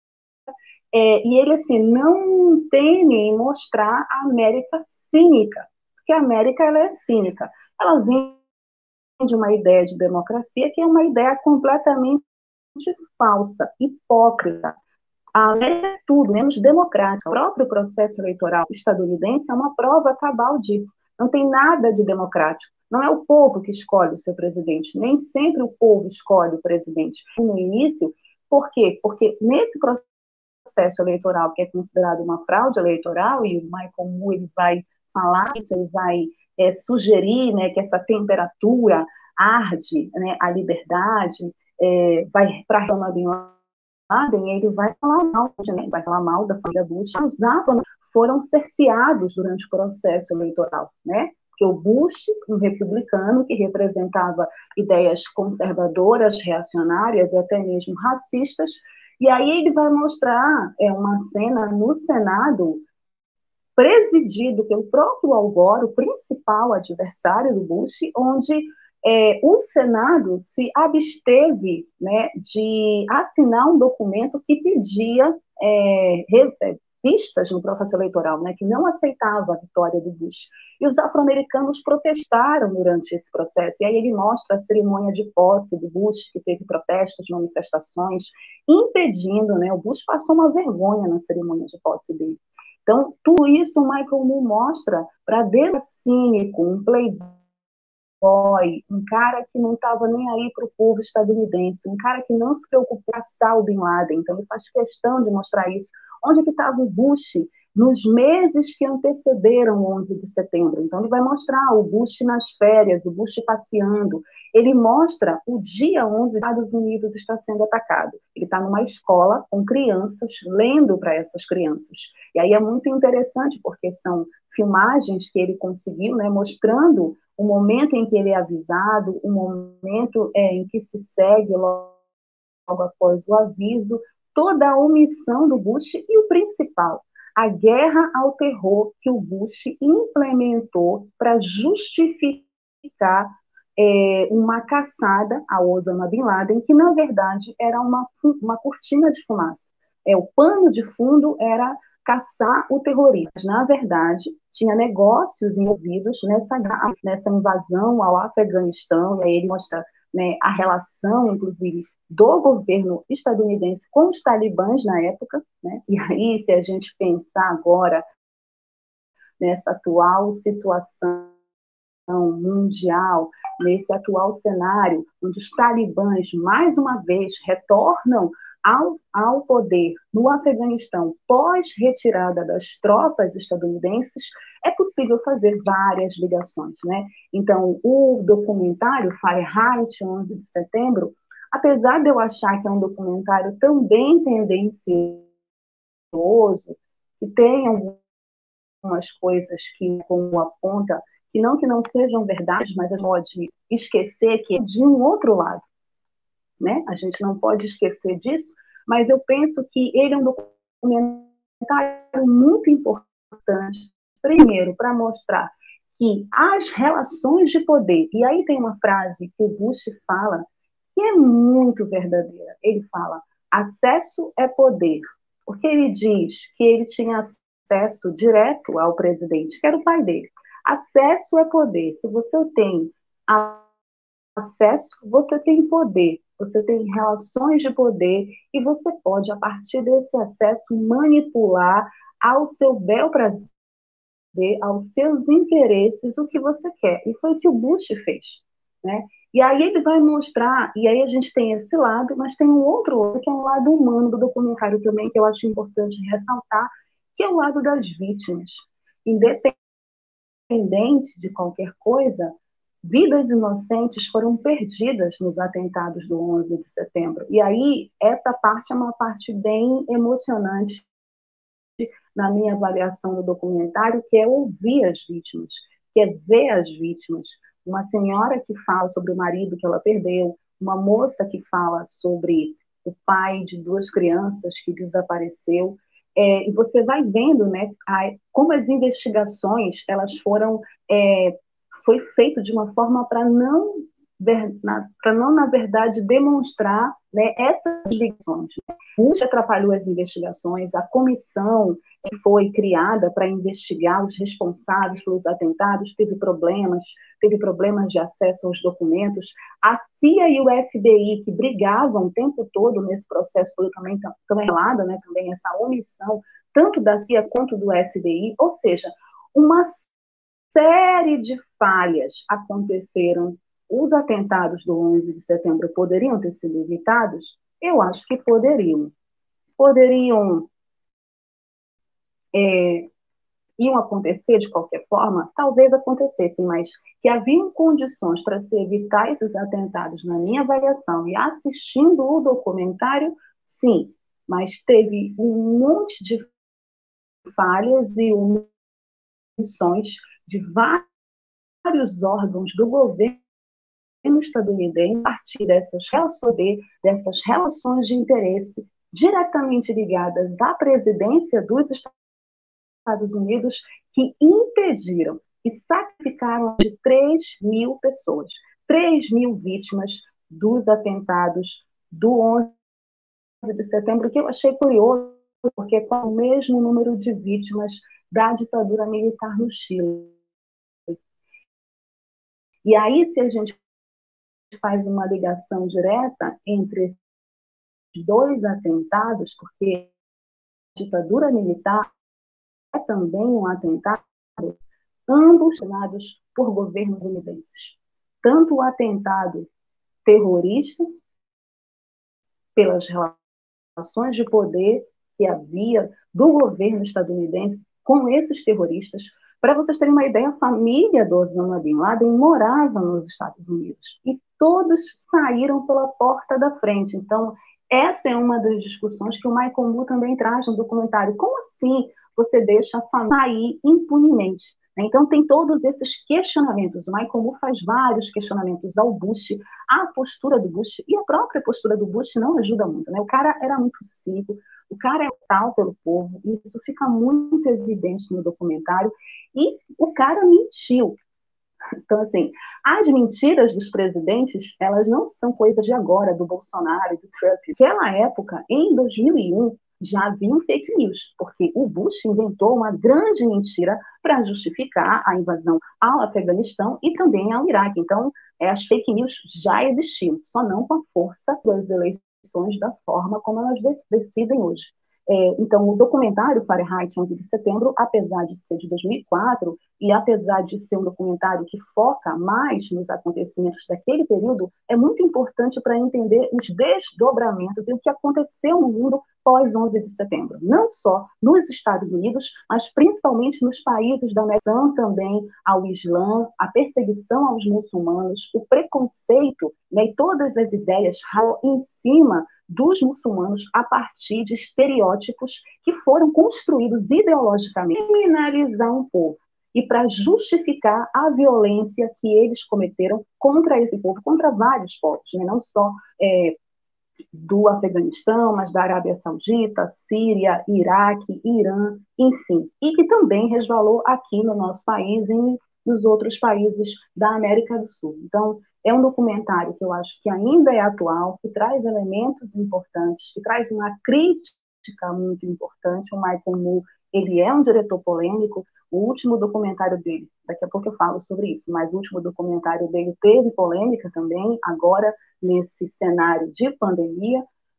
e ele, assim, não teme em mostrar a América cínica, porque a América, ela é cínica. Ela vem de uma ideia de democracia que é uma ideia completamente falsa, hipócrita. A América é tudo, menos democrática. O próprio processo eleitoral estadunidense é uma prova cabal disso. Não tem nada de democrático. Não é o povo que escolhe o seu presidente. Nem sempre o povo escolhe o presidente. No início, por quê? Porque nesse processo eleitoral, que é considerado uma fraude eleitoral, e o Michael Moore ele vai falar isso, ele vai sugerir, né, que essa temperatura arde, né, a liberdade, vai para a Bin Laden, ele vai falar mal, né, vai falar mal da família Bush. Os Ávanos foram cerceados durante o processo eleitoral, né? Porque o Bush, um republicano que representava ideias conservadoras, reacionárias e até mesmo racistas, e aí ele vai mostrar uma cena no Senado presidido pelo próprio Al Gore, o principal adversário do Bush, onde o Senado se absteve, né, de assinar um documento que pedia vistas no processo eleitoral, né, que não aceitava a vitória do Bush. E os afro-americanos protestaram durante esse processo. E aí ele mostra a cerimônia de posse do Bush, que teve protestos, manifestações, impedindo, né, o Bush passou uma vergonha na cerimônia de posse dele. Então, tudo isso o Michael Moore mostra para dentro cínico, um playboy, um cara que não estava nem aí para o povo estadunidense, um cara que não se preocupou em caçar o Bin Laden. Então, ele faz questão de mostrar isso. Onde que estava o Bush nos meses que antecederam o 11 de setembro? Então, ele vai mostrar o Bush nas férias, o Bush passeando. Ele mostra o dia 11 que os Estados Unidos está sendo atacado. Ele está numa escola com crianças, lendo para essas crianças. E aí é muito interessante, porque são filmagens que ele conseguiu, né, mostrando o momento em que ele é avisado, o momento em que se segue logo após o aviso, toda a omissão do Bush e o principal, a guerra ao terror que o Bush implementou para justificar uma caçada a Osama Bin Laden, que na verdade era uma cortina de fumaça. O pano de fundo era caçar o terrorismo. Mas, na verdade, tinha negócios envolvidos nessa invasão ao Afeganistão, e aí ele mostra, né, a relação, inclusive, do governo estadunidense com os talibãs na época, né? E aí, se a gente pensar agora nessa atual situação mundial, nesse atual cenário, onde os talibãs, mais uma vez, retornam ao poder no Afeganistão pós-retirada das tropas estadunidenses, é possível fazer várias ligações, né? Então, o documentário Fahrenheit 11 de setembro, apesar de eu achar que é um documentário também tendencioso, que tem algumas coisas que, como aponta, que não sejam verdades, mas a gente pode esquecer que é de um outro lado, né? A gente não pode esquecer disso, mas eu penso que ele é um documentário muito importante, primeiro, para mostrar que as relações de poder, e aí tem uma frase que o Bush fala, que é muito verdadeira. Ele fala, acesso é poder, porque ele diz que ele tinha acesso direto ao presidente, que era o pai dele. Acesso é poder. Se você tem acesso, você tem poder, você tem relações de poder, e você pode, a partir desse acesso, manipular ao seu bel prazer, aos seus interesses, o que você quer. E foi o que o Bush fez, né? E aí ele vai mostrar, e aí a gente tem esse lado, mas tem um outro lado, que é um lado humano do documentário também, que eu acho importante ressaltar, que é o lado das vítimas. Independente de qualquer coisa, vidas inocentes foram perdidas nos atentados do 11 de setembro. E aí, essa parte é uma parte bem emocionante na minha avaliação do documentário, que é ouvir as vítimas, que é ver as vítimas. Uma senhora que fala sobre o marido que ela perdeu, uma moça que fala sobre o pai de 2 crianças que desapareceu, e você vai vendo, né, como as investigações elas foi feito de uma forma para não, na verdade, demonstrar, né, essas ligações. Bush atrapalhou as investigações, a comissão que foi criada para investigar os responsáveis pelos atentados teve problemas de acesso aos documentos. A CIA e o FBI, que brigavam o tempo todo nesse processo todo, também relada, né, também essa omissão, tanto da CIA quanto do FBI, ou seja, uma série de falhas aconteceram. Os atentados do 11 de setembro poderiam ter sido evitados? Eu acho que poderiam. Iam acontecer de qualquer forma? Talvez acontecessem, mas que haviam condições para se evitar esses atentados, na minha avaliação, e assistindo o documentário, sim, mas teve um monte de falhas e omissões de vários órgãos do governo estadunidense, a partir dessas relações de interesse diretamente ligadas à presidência dos Estados Unidos, que impediram e sacrificaram de 3.000 pessoas. 3.000 vítimas dos atentados do 11 de setembro, que eu achei curioso, porque é o mesmo número de vítimas da ditadura militar no Chile. E aí, se a gente faz uma ligação direta entre esses dois atentados, porque a ditadura militar é também um atentado, ambos assinados por governos estadunidenses. Tanto o atentado terrorista, pelas relações de poder que havia do governo estadunidense com esses terroristas. Para vocês terem uma ideia, a família do Osama Bin Laden morava nos Estados Unidos e todos saíram pela porta da frente. Então, essa é uma das discussões que o Michael Moore também traz no documentário. Como assim você deixa a família sair impunemente? Então, tem todos esses questionamentos. O Michael Moore faz vários questionamentos ao Bush, à postura do Bush, e a própria postura do Bush não ajuda muito, né? O cara era muito cínico, o cara é tal pelo povo, e isso fica muito evidente no documentário, e o cara mentiu. Então, assim, as mentiras dos presidentes, elas não são coisas de agora, do Bolsonaro e do Trump. Naquela época, em 2001, já haviam fake news, porque o Bush inventou uma grande mentira para justificar a invasão ao Afeganistão e também ao Iraque. Então, as fake news já existiam, só não com a força das eleições da forma como elas decidem hoje. Então, o documentário Fahrenheit 11 de setembro, apesar de ser de 2004 e apesar de ser um documentário que foca mais nos acontecimentos daquele período, é muito importante para entender os desdobramentos e o que aconteceu no mundo pós 11 de setembro. Não só nos Estados Unidos, mas principalmente nos países da América, também ao Islã, a perseguição aos muçulmanos, o preconceito, né, e todas as ideias em cima dos muçulmanos a partir de estereótipos que foram construídos ideologicamente para criminalizar um povo e para justificar a violência que eles cometeram contra esse povo, contra vários povos, né? Não só do Afeganistão, mas da Arábia Saudita, Síria, Iraque, Irã, enfim, e que também resvalou aqui no nosso país e nos outros países da América do Sul. Então, é um documentário que eu acho que ainda é atual, que traz elementos importantes, que traz uma crítica muito importante. O Michael Moore, ele é um diretor polêmico. O último documentário dele, daqui a pouco eu falo sobre isso, mas o último documentário dele teve polêmica também, agora nesse cenário de pandemia,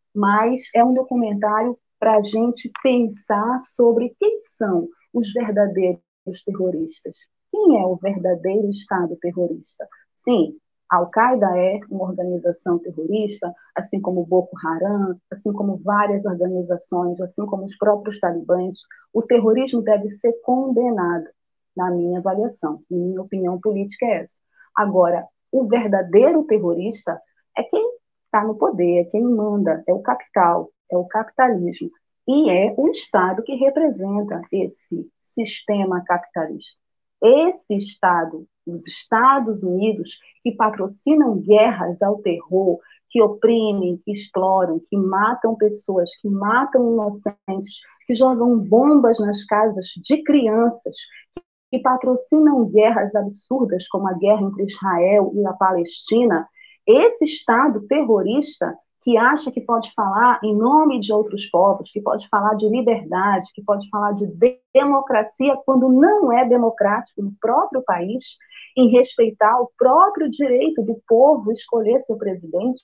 mas é um documentário para a gente pensar sobre quem são os verdadeiros terroristas. Quem é o verdadeiro Estado terrorista? Sim, a Al-Qaeda é uma organização terrorista, assim como o Boko Haram, assim como várias organizações, assim como os próprios talibãs. O terrorismo deve ser condenado, na minha avaliação. Minha opinião política é essa. Agora, o verdadeiro terrorista é quem está no poder, é quem manda, é o capital, é o capitalismo. E é o Estado que representa esse sistema capitalista. Esse Estado, os Estados Unidos, que patrocinam guerras ao terror, que oprimem, que exploram, que matam pessoas, que matam inocentes, que jogam bombas nas casas de crianças, que patrocinam guerras absurdas, como a guerra entre Israel e a Palestina, esse Estado terrorista que acha que pode falar em nome de outros povos, que pode falar de liberdade, que pode falar de democracia, quando não é democrático no próprio país, em respeitar o próprio direito do povo escolher seu presidente.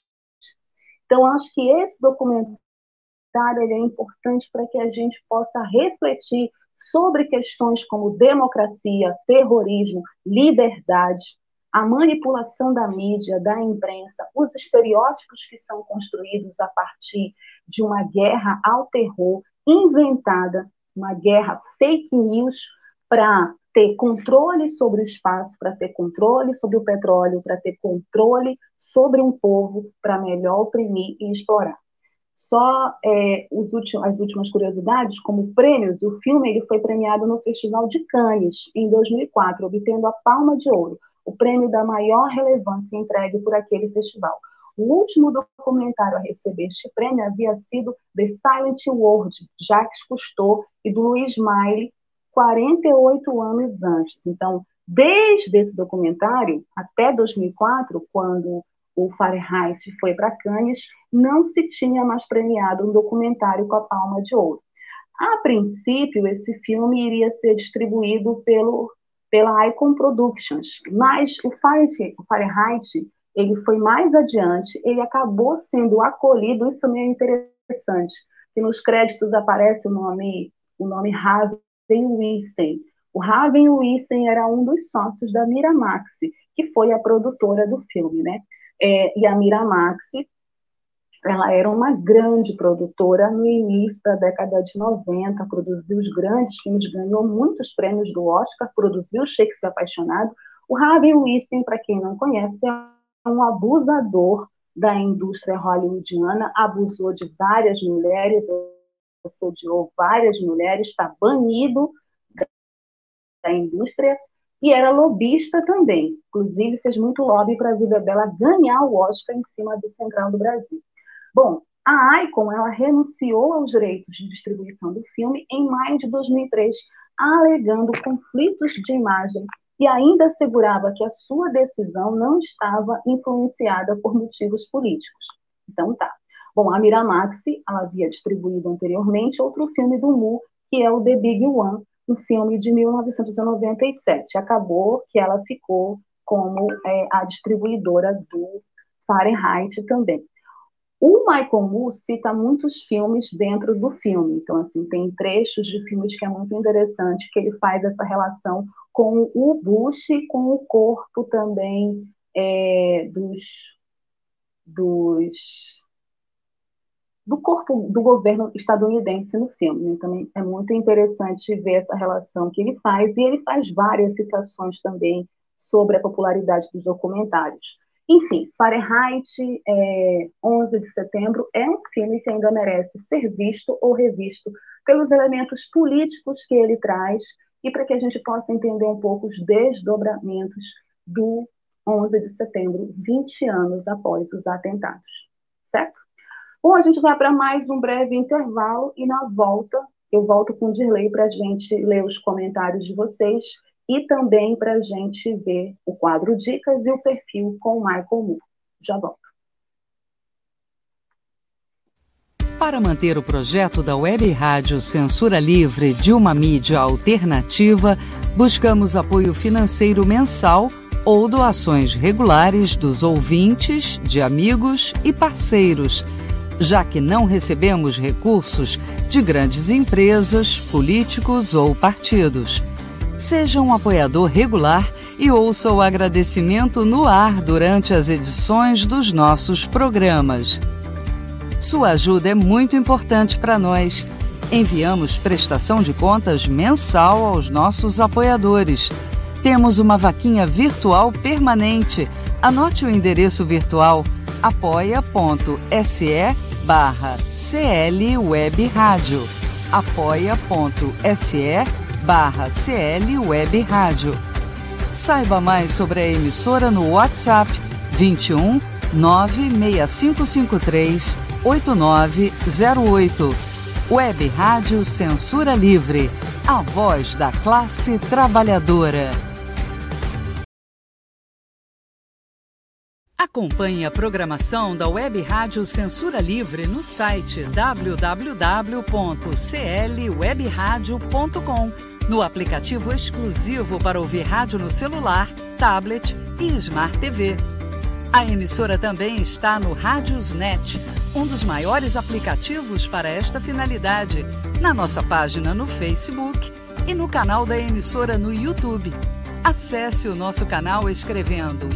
Então, acho que esse documentário ele é importante para que a gente possa refletir sobre questões como democracia, terrorismo, liberdade, a manipulação da mídia, da imprensa, os estereótipos que são construídos a partir de uma guerra ao terror inventada, uma guerra fake news para ter controle sobre o espaço, para ter controle sobre o petróleo, para ter controle sobre um povo, para melhor oprimir e explorar. Só as últimas curiosidades, como prêmios, o filme ele foi premiado no Festival de Cannes, em 2004, obtendo a Palma de Ouro, o prêmio da maior relevância entregue por aquele festival. O último documentário a receber este prêmio havia sido The Silent World, Jacques Cousteau e do Louis Maille, 48 anos antes. Então, Desde esse documentário até 2004, quando o Fahrenheit foi para Cannes, não se tinha mais premiado um documentário com a Palma de Ouro. A princípio, esse filme iria ser distribuído pela Icon Productions, mas o Fahrenheit, ele foi mais adiante, ele acabou sendo acolhido, isso também é interessante, que nos créditos aparece o nome Harvey Weinstein. O Harvey Weinstein era um dos sócios da Miramax, que foi a produtora do filme, né? E a Miramax, ela era uma grande produtora no início da década de 90, produziu os grandes filmes, ganhou muitos prêmios do Oscar, produziu Shakespeare Apaixonado. O Harvey Weinstein, para quem não conhece, é um abusador da indústria hollywoodiana, abusou de várias mulheres, assediou várias mulheres, está banido da indústria, e era lobista também. Inclusive, fez muito lobby para a vida dela ganhar o Oscar em cima do Central do Brasil. Bom, a Icon, ela renunciou aos direitos de distribuição do filme em maio de 2003, alegando conflitos de imagem, e ainda assegurava que a sua decisão não estava influenciada por motivos políticos. Então tá. Bom, a Miramax, ela havia distribuído anteriormente outro filme do Mu, que é o The Big One, um filme de 1997. Acabou que ela ficou como a distribuidora do Fahrenheit também. O Michael Moore cita muitos filmes dentro do filme. Então, assim, tem trechos de filmes que é muito interessante, que ele faz essa relação com o Bush, com o corpo também do corpo do governo estadunidense no filme. Né? Também é muito interessante ver essa relação que ele faz, e ele faz várias citações também sobre a popularidade dos documentários. Enfim, Fahrenheit 11 de setembro é um filme que ainda merece ser visto ou revisto pelos elementos políticos que ele traz e para que a gente possa entender um pouco os desdobramentos do 11 de setembro, 20 anos após os atentados. Certo? Bom, a gente vai para mais um breve intervalo e na volta eu volto com o Dirley para a gente ler os comentários de vocês e também para a gente ver o quadro Dicas e o perfil com o Michael Moore. Já volto. Para manter o projeto da Web Rádio Censura Livre de uma mídia alternativa, buscamos apoio financeiro mensal ou doações regulares dos ouvintes, de amigos e parceiros, já que não recebemos recursos de grandes empresas, políticos ou partidos. Seja um apoiador regular e ouça o agradecimento no ar durante as edições dos nossos programas. Sua ajuda é muito importante para nós. Enviamos prestação de contas mensal aos nossos apoiadores. Temos uma vaquinha virtual permanente. Anote o endereço virtual apoia.se/CL Web Rádio. apoia.se/CL Web Rádio. Saiba mais sobre a emissora no WhatsApp 21 96553 8908. Web Rádio Censura Livre, a voz da classe trabalhadora. Acompanhe a programação da Web Rádio Censura Livre no site www.clwebradio.com, no aplicativo exclusivo para ouvir rádio no celular, tablet e Smart TV. A emissora também está no Radiosnet, um dos maiores aplicativos para esta finalidade, na nossa página no Facebook e no canal da emissora no YouTube. Acesse o nosso canal escrevendo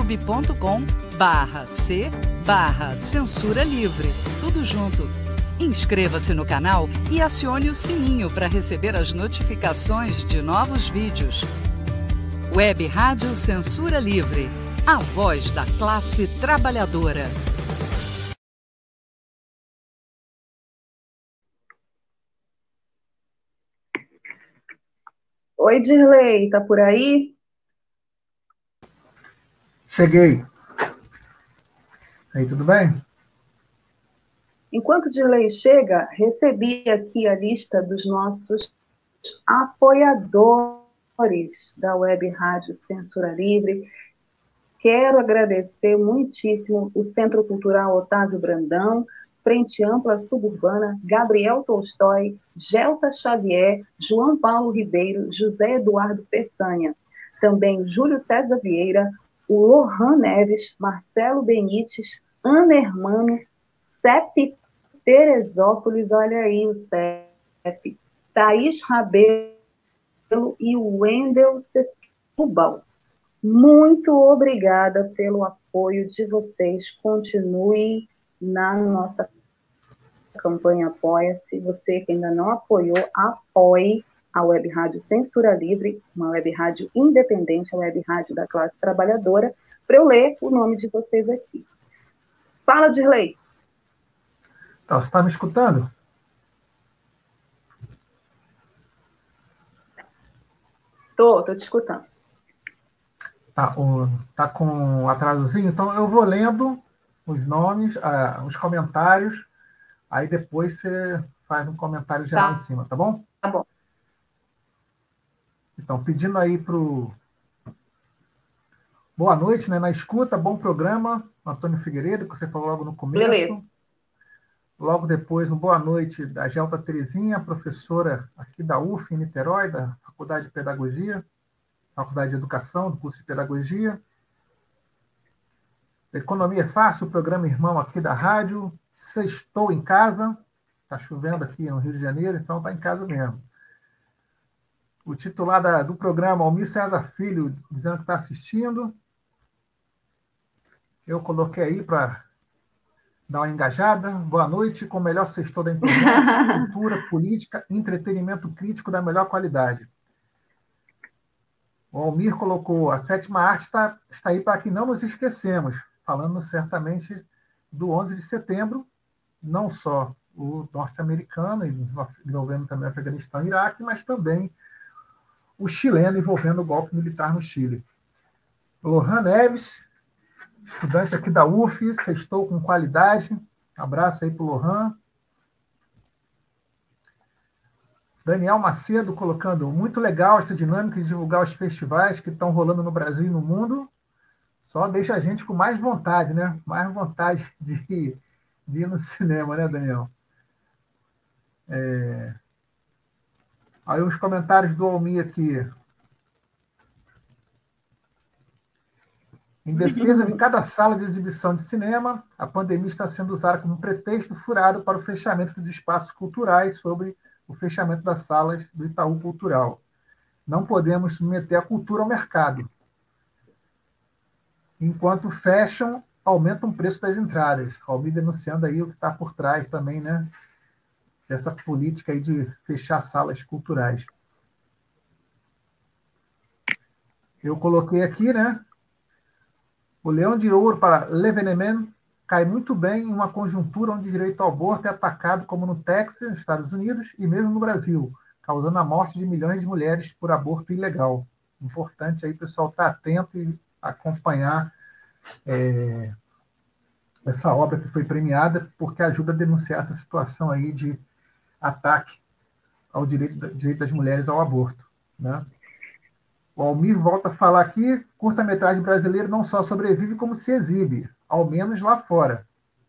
youtube.com/c/censura livre, tudo junto. Inscreva-se no canal e acione o sininho para receber as notificações de novos vídeos. Web Rádio Censura Livre, a voz da classe trabalhadora. Oi, Dirley, tá por aí? Cheguei. Aí, tudo bem? Enquanto Dirley chega, recebi aqui a lista dos nossos apoiadores. da Web Rádio Censura Livre. Quero agradecer muitíssimo o Centro Cultural Otávio Brandão, Frente Ampla Suburbana, Gabriel Tolstói, Gelta Xavier, João Paulo Ribeiro, José Eduardo Peçanha. Também Júlio César Vieira, o Lohan Neves, Marcelo Benites, Ana Hermano, CEP Teresópolis, olha aí o CEP, Thaís Rabelo e o Wendel Setúbal. Muito obrigada pelo apoio de vocês. Continue na nossa campanha Apoia-se. Você que ainda não apoiou, apoie a Web Rádio Censura Livre, uma web rádio independente, a web rádio da classe trabalhadora, para eu ler o nome de vocês aqui. Fala, Dirley. Então, você está me escutando? Tô te escutando. Tá com um atrasozinho, então eu vou lendo os nomes, os comentários, aí depois você faz um comentário geral em cima, tá bom? Tá bom. Então, pedindo aí boa noite, né? Na escuta, bom programa, Antônio Figueiredo, que você falou logo no começo. Beleza. Logo depois, boa noite da Gelta Terezinha, professora aqui da UF, em Niterói, da Faculdade de Pedagogia, Faculdade de Educação, do curso de Pedagogia. Economia é Fácil, o programa irmão aqui da rádio. Sextou em casa. Está chovendo aqui no Rio de Janeiro, então está em casa mesmo. O titular do programa, Almir César Filho, dizendo que está assistindo. Eu coloquei aí para dar uma engajada. Boa noite, com o melhor sextou da internet, cultura, política, entretenimento crítico da melhor qualidade. O Almir colocou, a sétima arte está aí para que não nos esquecemos, falando certamente do 11 de setembro, não só o norte-americano, envolvendo também o Afeganistão e Iraque, mas também o chileno, envolvendo o golpe militar no Chile. Lohan Neves, estudante aqui da UF, sextou com qualidade. Abraço aí para o Lohan. Daniel Macedo colocando, muito legal esta dinâmica de divulgar os festivais que estão rolando no Brasil e no mundo. Só deixa a gente com mais vontade, né? Mais vontade de ir no cinema, né, Daniel? Aí os comentários do Almir aqui. Em defesa de cada sala de exibição de cinema, a pandemia está sendo usada como pretexto furado para o fechamento dos espaços culturais sobre o fechamento das salas do Itaú Cultural. Não podemos submeter a cultura ao mercado. Enquanto fecham, aumentam o preço das entradas. Almir denunciando aí o que está por trás também, né? Dessa política aí de fechar salas culturais. Eu coloquei aqui, né? O Leão de Ouro para L'Événement cai muito bem em uma conjuntura onde o direito ao aborto é atacado como no Texas, nos Estados Unidos, e mesmo no Brasil, causando a morte de milhões de mulheres por aborto ilegal. Importante aí, pessoal, estar atento e acompanhar essa obra que foi premiada, porque ajuda a denunciar essa situação aí de ataque ao direito das mulheres ao aborto, né? O Almir volta a falar aqui, curta-metragem brasileiro não só sobrevive, como se exibe, ao menos lá fora.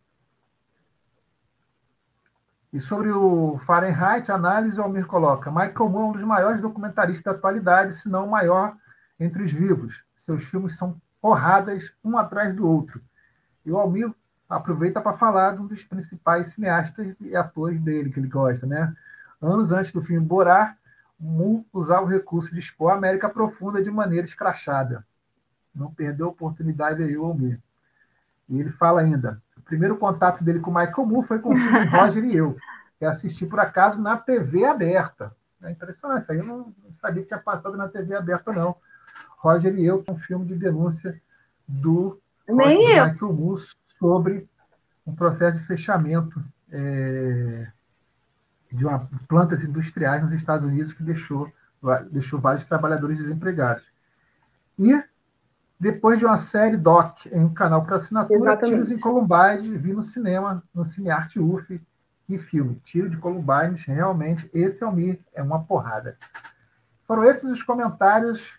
E sobre o Fahrenheit, análise, o Almir coloca, Michael Moore é um dos maiores documentaristas da atualidade, se não o maior entre os vivos. Seus filmes são porradas, um atrás do outro. E o Almir aproveita para falar de um dos principais cineastas e atores dele, que ele gosta, né? Anos antes do filme Borá, Moore usava o recurso de expor a América Profunda de maneira escrachada. Não perdeu a oportunidade aí, o Almir. E ele fala ainda, o primeiro contato dele com o Michael Moore foi com o filme Roger e Eu, que assisti, por acaso, na TV aberta. É impressionante, isso aí eu não sabia que tinha passado na TV aberta, não. Roger e Eu, que é um filme de denúncia do Michael Moore sobre um processo de fechamento de plantas industriais nos Estados Unidos que deixou vários trabalhadores desempregados. E, depois de uma série doc em um canal para assinatura, Exatamente. Tiros em Columbine, vi no cinema, no Cinearte UF, que filme. Tiro de Columbine, realmente, esse Almir é uma porrada. Foram esses os comentários.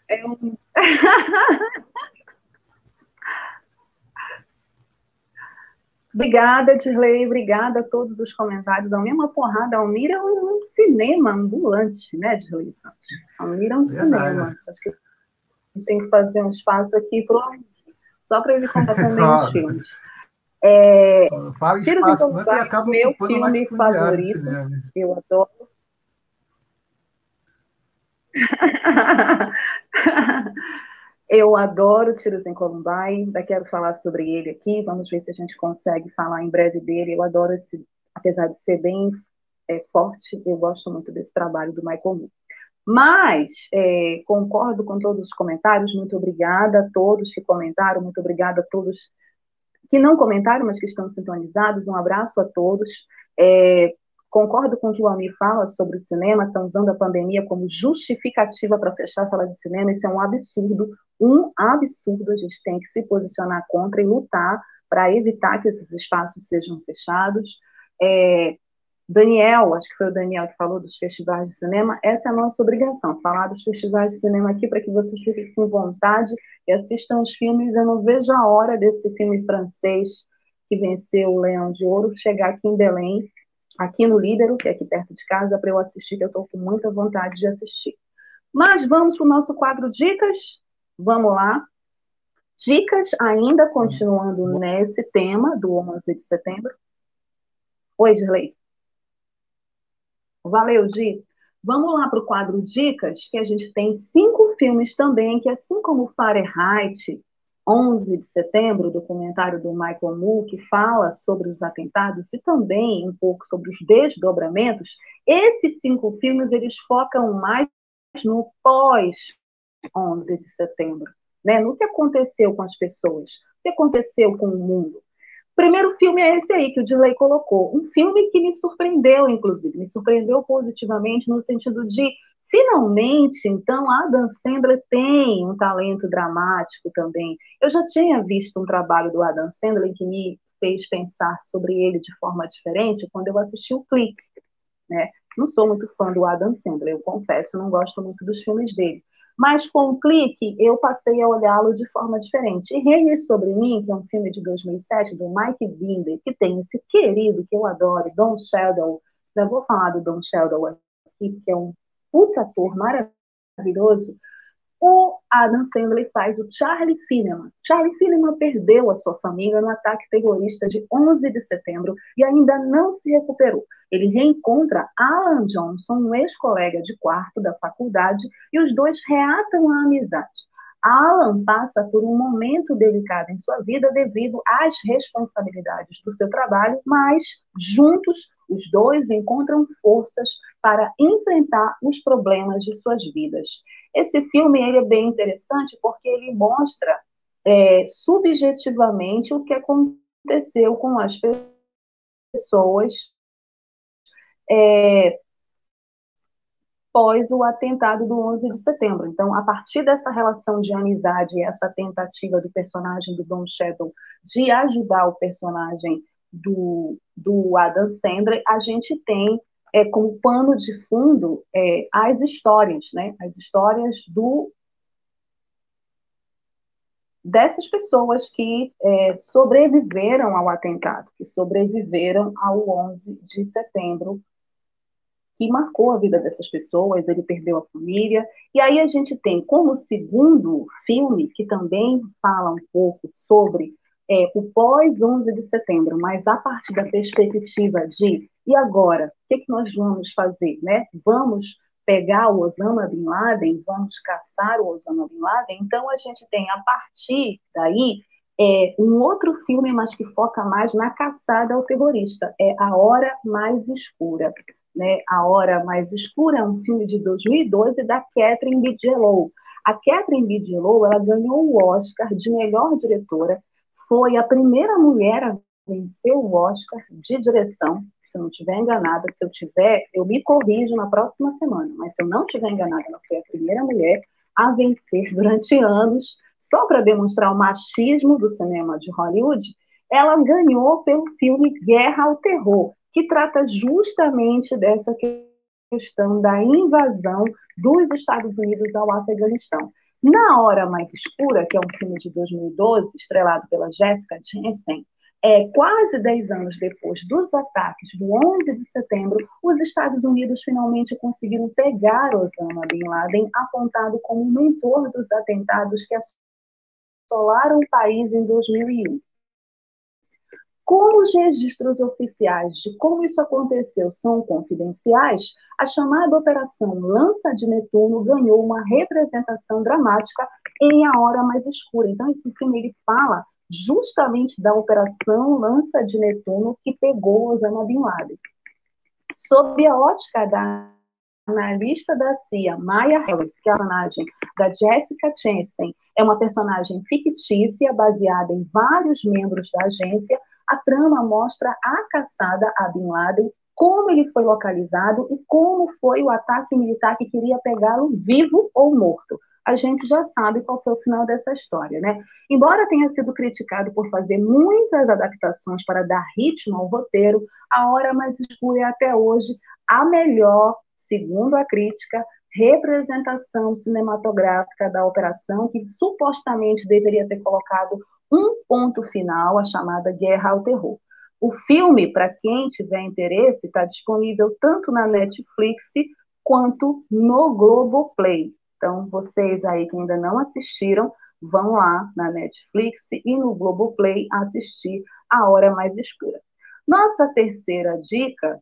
Obrigada, Dirley, obrigada a todos os comentários. A mesma porrada, a Almira é um cinema ambulante, né, Dirley? A Almira é um cinema. Acho que a gente tem que fazer um espaço aqui só para ele contar também os filmes. Fala espaço, não é que acaba meu filme favorito, eu adoro. Eu adoro Tiros em Columbine, ainda quero falar sobre ele aqui, vamos ver se a gente consegue falar em breve dele. Eu adoro esse, apesar de ser bem forte, eu gosto muito desse trabalho do Michael Moore. Mas, concordo com todos os comentários, muito obrigada a todos que comentaram, muito obrigada a todos que não comentaram, mas que estão sintonizados, um abraço a todos. Concordo com o que o Almir fala sobre o cinema, estão usando a pandemia como justificativa para fechar a sala de cinema, isso é um absurdo, a gente tem que se posicionar contra e lutar para evitar que esses espaços sejam fechados. Daniel, acho que foi o Daniel que falou dos festivais de cinema, essa é a nossa obrigação, falar dos festivais de cinema aqui para que vocês fiquem com vontade e assistam os filmes. Eu não vejo a hora desse filme francês que venceu o Leão de Ouro chegar aqui em Belém, aqui no Lídero, que é aqui perto de casa, para eu assistir, que eu estou com muita vontade de assistir. Mas vamos para o nosso quadro Dicas? Vamos lá. Dicas, ainda continuando nesse tema do 11 de setembro. Oi, Dirley. Valeu, Di. Vamos lá para o quadro Dicas, que a gente tem 5 filmes também, que assim como Fahrenheit, 11 de setembro, o documentário do Michael Moore, que fala sobre os atentados e também um pouco sobre os desdobramentos, esses 5 filmes, eles focam mais no pós-11 de setembro, né? No que aconteceu com as pessoas, o que aconteceu com o mundo. O primeiro filme é esse aí, que o Dirley colocou, um filme que me surpreendeu, inclusive, me surpreendeu positivamente no sentido de finalmente, então, Adam Sandler tem um talento dramático também. Eu já tinha visto um trabalho do Adam Sandler que me fez pensar sobre ele de forma diferente quando eu assisti o Clique, né? Não sou muito fã do Adam Sandler, eu confesso, não gosto muito dos filmes dele. Mas com o Clique, eu passei a olhá-lo de forma diferente. E Reine Sobre Mim, que é um filme de 2007, do Mike Binder, que tem esse querido, que eu adoro, Don Cheadle. Já vou falar do Don Cheadle aqui, que é um puta ator maravilhoso. O Adam Sandler faz o Charlie Fineman. Charlie Fineman perdeu a sua família no ataque terrorista de 11 de setembro e ainda não se recuperou. Ele reencontra Alan Johnson, um ex-colega de quarto da faculdade, e os dois reatam a amizade. Alan passa por um momento delicado em sua vida devido às responsabilidades do seu trabalho, mas juntos os dois encontram forças para enfrentar os problemas de suas vidas. Esse filme ele é bem interessante porque ele mostra subjetivamente o que aconteceu com as pessoas pós o atentado do 11 de setembro. Então, a partir dessa relação de amizade, essa tentativa do personagem do Don Cheadle de ajudar o personagem do Adam Sandler, a gente tem como pano de fundo as histórias, né? As histórias dessas pessoas que sobreviveram ao atentado, que sobreviveram ao 11 de setembro, que marcou a vida dessas pessoas, ele perdeu a família. E aí a gente tem como segundo filme, que também fala um pouco sobre o pós-11 de setembro, mas a partir da perspectiva de, e agora, o que nós vamos fazer, né? Vamos pegar o Osama Bin Laden, vamos caçar o Osama Bin Laden? Então a gente tem, a partir daí, um outro filme, mas que foca mais na caçada ao terrorista, é A Hora Mais Escura. Né? A Hora Mais Escura é um filme de 2012 da Catherine Bigelow. A Catherine Bigelow, ela ganhou o Oscar de melhor diretora, foi a primeira mulher a vencer o Oscar de direção, se eu não estiver enganada. Se eu tiver, eu me corrijo na próxima semana, mas se eu não estiver enganada, ela foi a primeira mulher a vencer durante anos, só para demonstrar o machismo do cinema de Hollywood. Ela ganhou pelo filme Guerra ao Terror, que trata justamente dessa questão da invasão dos Estados Unidos ao Afeganistão. Na Hora Mais Escura, que é um filme de 2012, estrelado pela Jessica Chastain, quase 10 anos depois dos ataques do 11 de setembro, os Estados Unidos finalmente conseguiram pegar Osama Bin Laden, apontado como o mentor dos atentados que assolaram o país em 2001. Como os registros oficiais de como isso aconteceu são confidenciais, a chamada Operação Lança de Netuno ganhou uma representação dramática em A Hora Mais Escura. Então, esse filme ele fala justamente da Operação Lança de Netuno que pegou Osama Bin Laden. Sob a ótica da analista da CIA, Maya Harris, que é a personagem da Jessica Chastain, é uma personagem fictícia baseada em vários membros da agência. A trama mostra a caçada a Bin Laden, como ele foi localizado e como foi o ataque militar que queria pegá-lo vivo ou morto. A gente já sabe qual foi o final dessa história, né? Embora tenha sido criticado por fazer muitas adaptações para dar ritmo ao roteiro, A Hora Mais Escura é até hoje a melhor, segundo a crítica, representação cinematográfica da operação, que supostamente deveria ter colocado um ponto final à chamada Guerra ao Terror. O filme, para quem tiver interesse, está disponível tanto na Netflix quanto no Globoplay. Então, vocês aí que ainda não assistiram, vão lá na Netflix e no Globoplay assistir A Hora Mais Escura. Nossa terceira dica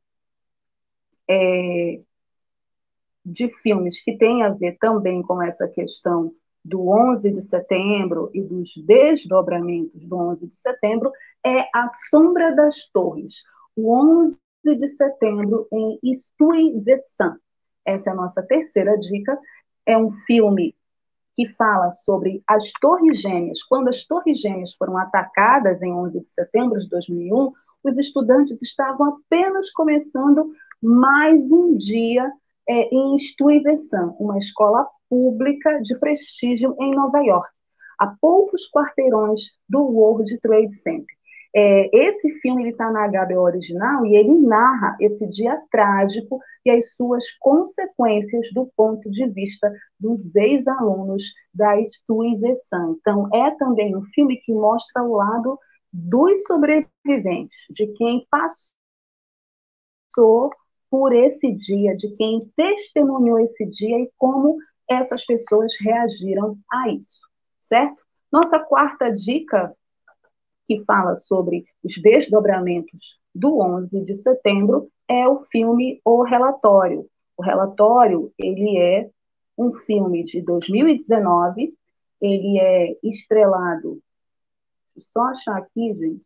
é de filmes que tem a ver também com essa questão do 11 de setembro e dos desdobramentos do 11 de setembro é A Sombra das Torres, o 11 de setembro em Stuyvesant. Essa é a nossa terceira dica. É um filme que fala sobre as Torres Gêmeas. Quando as Torres Gêmeas foram atacadas em 11 de setembro de 2001, os estudantes estavam apenas começando mais um dia em Stuyvesant, uma escola pública de prestígio em Nova York, a poucos quarteirões do World Trade Center. Esse filme está na HBO original e ele narra esse dia trágico e as suas consequências do ponto de vista dos ex-alunos da Stuyvesant. Então, é também um filme que mostra o lado dos sobreviventes, de quem passou por esse dia, de quem testemunhou esse dia e como essas pessoas reagiram a isso, certo? Nossa quarta dica, que fala sobre os desdobramentos do 11 de setembro, é o filme O Relatório. O Relatório, ele é um filme de 2019, ele é estrelado... Deixa eu só achar aqui, gente.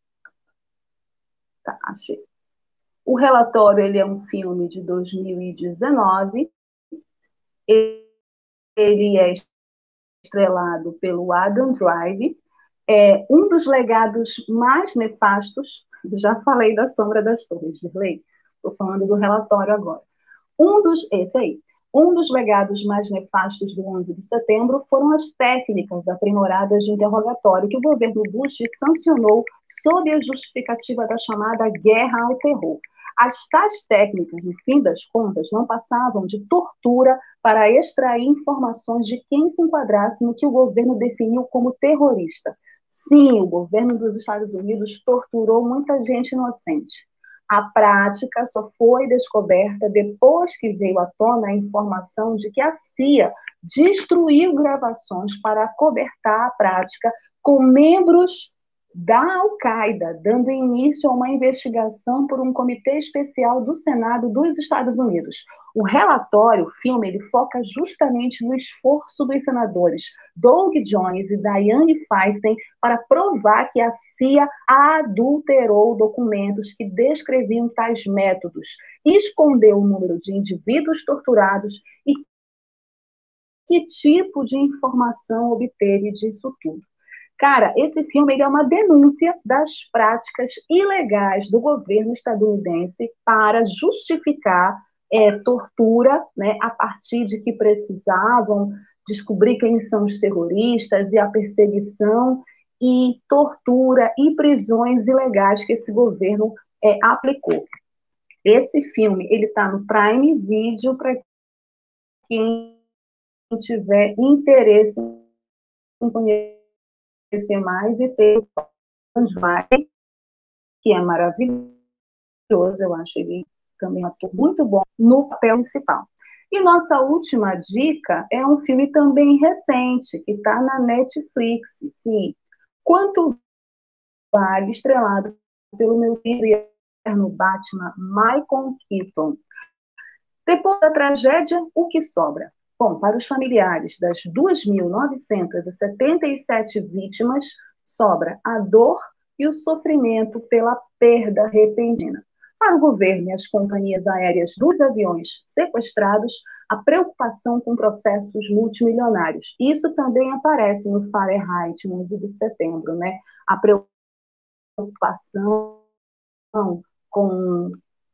Tá, achei. O Relatório, ele é um filme de 2019, ele é estrelado pelo Adam Drive. Um dos legados mais nefastos, já falei da Sombra das Torres, Dirley, estou falando do Relatório agora. Um dos legados mais nefastos do 11 de setembro foram as técnicas aprimoradas de interrogatório que o governo Bush sancionou sob a justificativa da chamada Guerra ao Terror. As tais técnicas, no fim das contas, não passavam de tortura para extrair informações de quem se enquadrasse no que o governo definiu como terrorista. Sim, o governo dos Estados Unidos torturou muita gente inocente. A prática só foi descoberta depois que veio à tona a informação de que a CIA destruiu gravações para acobertar a prática com membros da Al-Qaeda, dando início a uma investigação por um comitê especial do Senado dos Estados Unidos. O relatório, o filme, ele foca justamente no esforço dos senadores Doug Jones e Dianne Feinstein para provar que a CIA adulterou documentos que descreviam tais métodos, escondeu o número de indivíduos torturados e que tipo de informação obteve disso tudo. Cara, esse filme ele é uma denúncia das práticas ilegais do governo estadunidense para justificar tortura, né, a partir de que precisavam descobrir quem são os terroristas e a perseguição e tortura e prisões ilegais que esse governo aplicou. Esse filme, ele está no Prime Video para quem tiver interesse em conhecer mais e ter o Vai, que é maravilhoso, eu acho ele também um ator muito bom no papel principal. E nossa última dica é um filme também recente, que está na Netflix, sim, Quanto Vale, estrelado pelo meu querido no Batman, Michael Keaton. Depois da tragédia, o que sobra? Bom, para os familiares das 2.977 vítimas, sobra a dor e o sofrimento pela perda repentina. Para o governo e as companhias aéreas dos aviões sequestrados, a preocupação com processos multimilionários. Isso também aparece no Fahrenheit 11 de setembro, né? A preocupação com como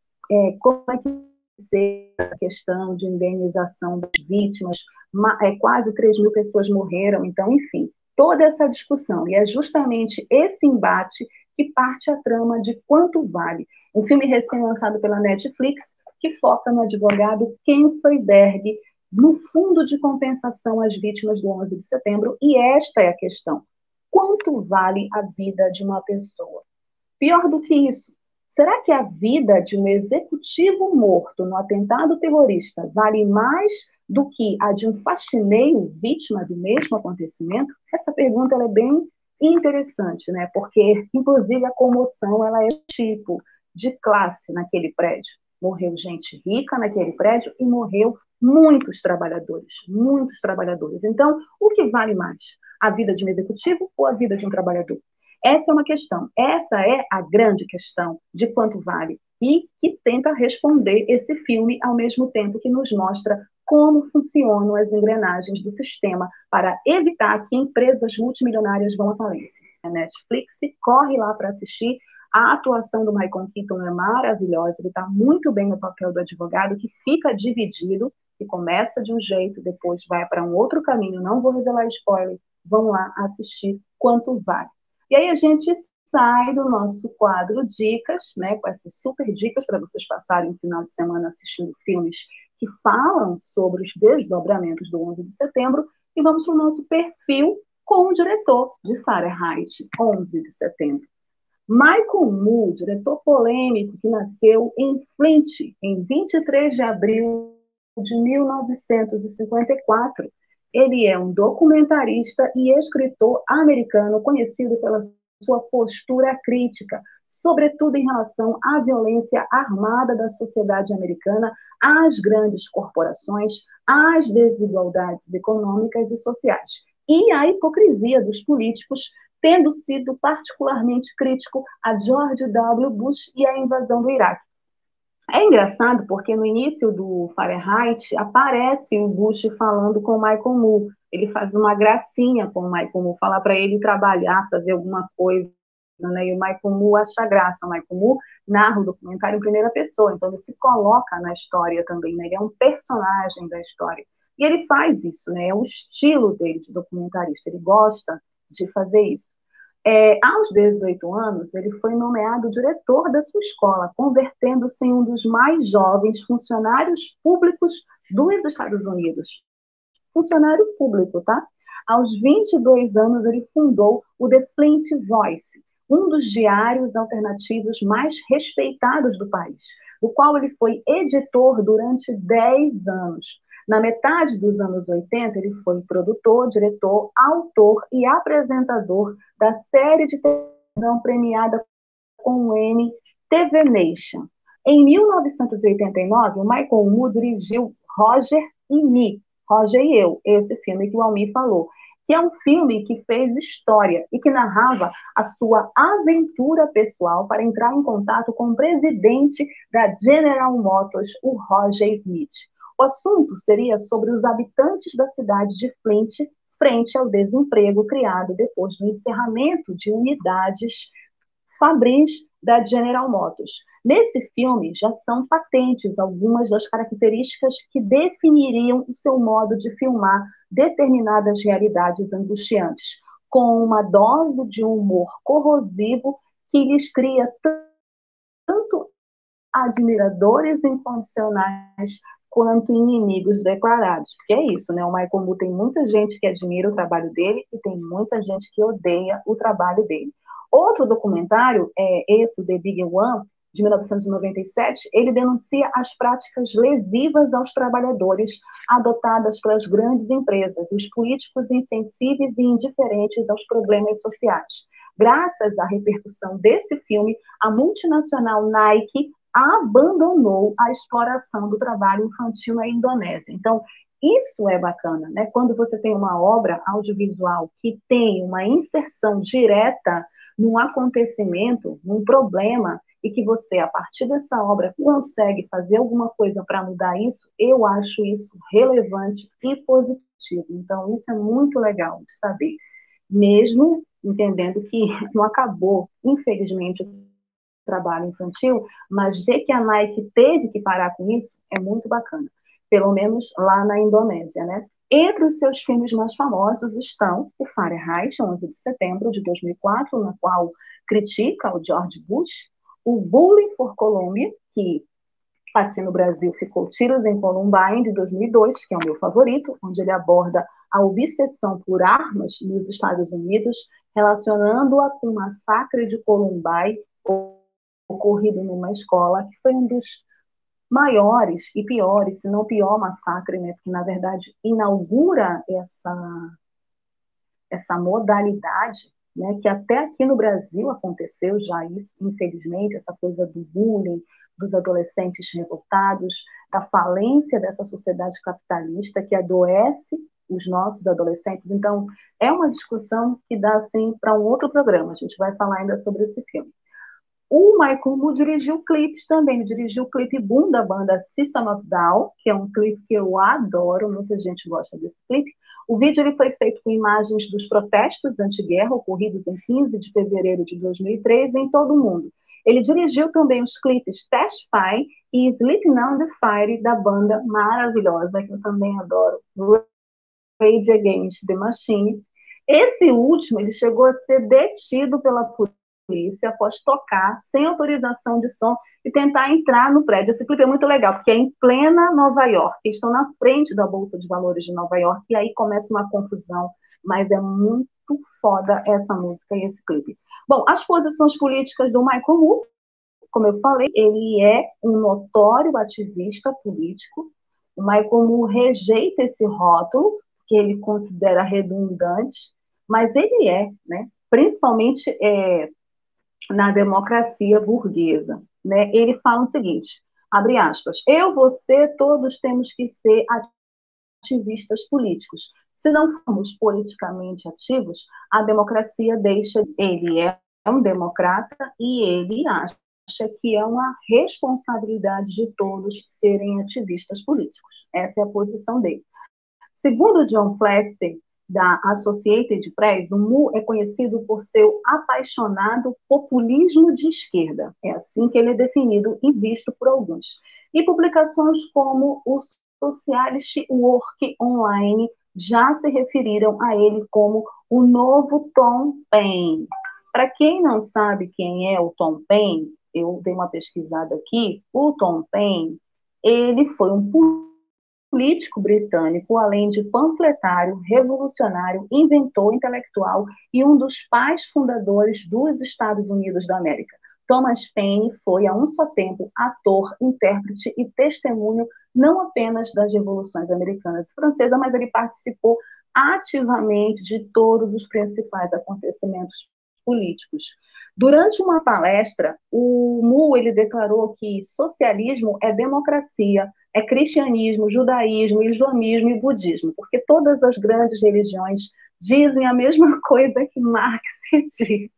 é que ser a questão de indenização das vítimas, quase 3 mil pessoas morreram, então, enfim, toda essa discussão, e é justamente esse embate que parte a trama de Quanto Vale, um filme recém-lançado pela Netflix, que foca no advogado Ken Freiberg, no fundo de compensação às vítimas do 11 de setembro, e esta é a questão: quanto vale a vida de uma pessoa? Pior do que isso, será que a vida de um executivo morto no atentado terrorista vale mais do que a de um faxineiro vítima do mesmo acontecimento? Essa pergunta ela é bem interessante, né? Porque, inclusive, a comoção ela é tipo de classe naquele prédio. Morreu gente rica naquele prédio e morreu muitos trabalhadores, muitos trabalhadores. Então, o que vale mais? A vida de um executivo ou a vida de um trabalhador? Essa é uma questão, essa é a grande questão de Quanto Vale, e que tenta responder esse filme ao mesmo tempo que nos mostra como funcionam as engrenagens do sistema para evitar que empresas multimilionárias vão à falência. A Netflix corre lá para assistir, a atuação do Michael Keaton é maravilhosa, ele está muito bem no papel do advogado, que fica dividido, que começa de um jeito, depois vai para um outro caminho, não vou revelar spoiler, vão lá assistir Quanto Vale. E aí a gente sai do nosso quadro Dicas, né, com essas super dicas para vocês passarem o final de semana assistindo filmes que falam sobre os desdobramentos do 11 de setembro, e vamos para o nosso perfil com o diretor de Fahrenheit 11 de setembro. Michael Moore, diretor polêmico que nasceu em Flint, em 23 de abril de 1954, ele é um documentarista e escritor americano conhecido pela sua postura crítica, sobretudo em relação à violência armada da sociedade americana, às grandes corporações, às desigualdades econômicas e sociais, e à hipocrisia dos políticos, tendo sido particularmente crítico a George W. Bush e a invasão do Iraque. É engraçado porque no início do Fahrenheit aparece o Bush falando com o Michael Moore. Ele faz uma gracinha com o Michael Moore, falar para ele trabalhar, fazer alguma coisa, né? E o Michael Moore acha graça. O Michael Moore narra o documentário em primeira pessoa, então ele se coloca na história também, né? Ele é um personagem da história. E ele faz isso, né? É o estilo dele de documentarista, ele gosta de fazer isso. Aos 18 anos, ele foi nomeado diretor da sua escola, convertendo-se em um dos mais jovens funcionários públicos dos Estados Unidos. Funcionário público, tá? Aos 22 anos, ele fundou o The Flint Voice, um dos diários alternativos mais respeitados do país, do qual ele foi editor durante 10 anos. Na metade dos anos 80, ele foi produtor, diretor, autor e apresentador da série de televisão premiada com o Emmy TV Nation. Em 1989, o Michael Moore dirigiu Roger e Me, Roger e Eu, esse filme que o Almir falou, que é um filme que fez história e que narrava a sua aventura pessoal para entrar em contato com o presidente da General Motors, o Roger Smith. O assunto seria sobre os habitantes da cidade de Flint frente ao desemprego criado depois do encerramento de unidades fabris da General Motors. Nesse filme já são patentes algumas das características que definiriam o seu modo de filmar determinadas realidades angustiantes, com uma dose de humor corrosivo que lhes cria tanto admiradores incondicionais quanto inimigos declarados. Porque é isso, né? O Michael Moore tem muita gente que admira o trabalho dele e tem muita gente que odeia o trabalho dele. Outro documentário, esse, o The Big One, de 1997, ele denuncia as práticas lesivas aos trabalhadores adotadas pelas grandes empresas, os políticos insensíveis e indiferentes aos problemas sociais. Graças à repercussão desse filme, a multinacional Nike abandonou a exploração do trabalho infantil na Indonésia. Então, isso é bacana, né? Quando você tem uma obra audiovisual que tem uma inserção direta num acontecimento, num problema, e que você, a partir dessa obra, consegue fazer alguma coisa para mudar isso, eu acho isso relevante e positivo. Então, isso é muito legal de saber. Mesmo entendendo que não acabou, infelizmente, o trabalho infantil, mas ver que a Nike teve que parar com isso é muito bacana. Pelo menos lá na Indonésia, né? Entre os seus filmes mais famosos estão o Fahrenheit, 11 de setembro de 2004, na qual critica o George Bush, o Bowling for Columbia, que aqui no Brasil ficou Tiros em Columbine, de 2002, que é o meu favorito, onde ele aborda a obsessão por armas nos Estados Unidos, relacionando-a com o massacre de Columbine, ocorrido numa escola, que foi um dos maiores e piores, se não pior massacre, né? Porque, na verdade, inaugura essa modalidade, né, que até aqui no Brasil aconteceu já isso, infelizmente, essa coisa do bullying, dos adolescentes revoltados, da falência dessa sociedade capitalista que adoece os nossos adolescentes. Então, é uma discussão que dá, assim, para um outro programa. A gente vai falar ainda sobre esse filme. O Michael Moore dirigiu clipes também. Ele dirigiu o clipe Boom, da banda System of Down, que é um clipe que eu adoro, muita gente gosta desse clipe. O vídeo ele foi feito com imagens dos protestos anti-guerra ocorridos em 15 de fevereiro de 2003 em todo o mundo. Ele dirigiu também os clipes Testify e Sleeping on the Fire, da banda maravilhosa, que eu também adoro, Rage Against the Machine. Esse último, ele chegou a ser detido pela polícia após tocar sem autorização de som e tentar entrar no prédio. Esse clipe é muito legal, porque é em plena Nova York, eles estão na frente da Bolsa de Valores de Nova York, e aí começa uma confusão, mas é muito foda essa música e esse clipe. Bom, as posições políticas do Michael Moore, como eu falei, ele é um notório ativista político. O Michael Moore rejeita esse rótulo, que ele considera redundante, mas ele é, né, principalmente na democracia burguesa, né? Ele fala o seguinte, abre aspas, eu, você, todos temos que ser ativistas políticos. Se não formos politicamente ativos, a democracia deixa... Ele é um democrata e ele acha que é uma responsabilidade de todos serem ativistas políticos. Essa é a posição dele. Segundo John Flaster, da Associated Press, o Moore é conhecido por seu apaixonado populismo de esquerda. É assim que ele é definido e visto por alguns. E publicações como o Socialist Work Online já se referiram a ele como o novo Tom Paine. Para quem não sabe quem é o Tom Paine, eu dei uma pesquisada aqui, o Tom Paine, ele foi um político britânico, além de panfletário, revolucionário, inventor intelectual e um dos pais fundadores dos Estados Unidos da América. Thomas Paine foi, a um só tempo, ator, intérprete e testemunho não apenas das revoluções americanas e francesas, mas ele participou ativamente de todos os principais acontecimentos políticos. Durante uma palestra, o Moore ele declarou que socialismo é democracia, é cristianismo, judaísmo, islamismo e budismo, porque todas as grandes religiões dizem a mesma coisa que Marx diz.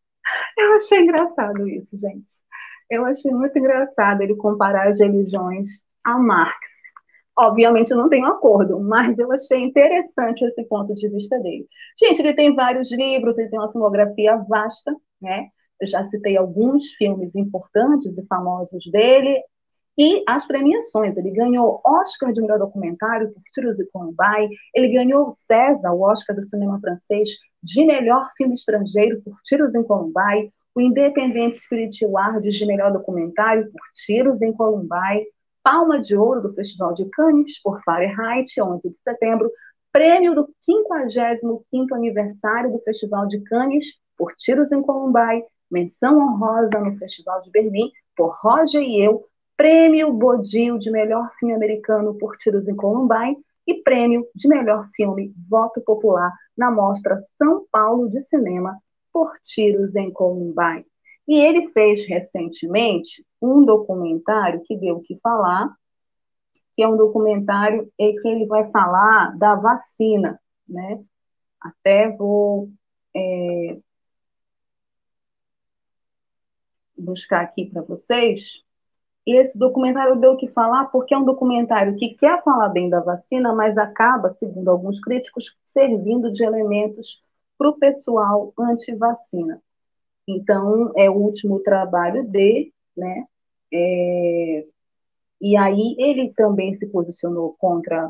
Eu achei engraçado isso, gente. Eu achei muito engraçado ele comparar as religiões a Marx. Obviamente eu não tenho acordo, mas eu achei interessante esse ponto de vista dele. Gente, ele tem vários livros, ele tem uma filmografia vasta, né? Eu já citei alguns filmes importantes e famosos dele. E as premiações, ele ganhou Oscar de melhor documentário por Tiros em Columbine, ele ganhou o César, o Oscar do cinema francês, de melhor filme estrangeiro por Tiros em Columbine, o Independente Spirit Awards de melhor documentário por Tiros em Columbine, Palma de Ouro do Festival de Cannes por Fahrenheit, 11 de setembro, prêmio do 55º aniversário do Festival de Cannes por Tiros em Columbine, menção honrosa no Festival de Berlim por Roger e Eu, prêmio Bodil de melhor filme americano por Tiros em Columbine e prêmio de melhor filme Voto Popular na Mostra São Paulo de Cinema por Tiros em Columbine. E ele fez recentemente um documentário que deu o que falar, que é um documentário em que ele vai falar da vacina, né? Até vou buscar aqui para vocês. E esse documentário deu o que falar porque é um documentário que quer falar bem da vacina, mas acaba, segundo alguns críticos, servindo de elementos para o pessoal anti-vacina. Então, é o último trabalho dele, né? E aí ele também se posicionou contra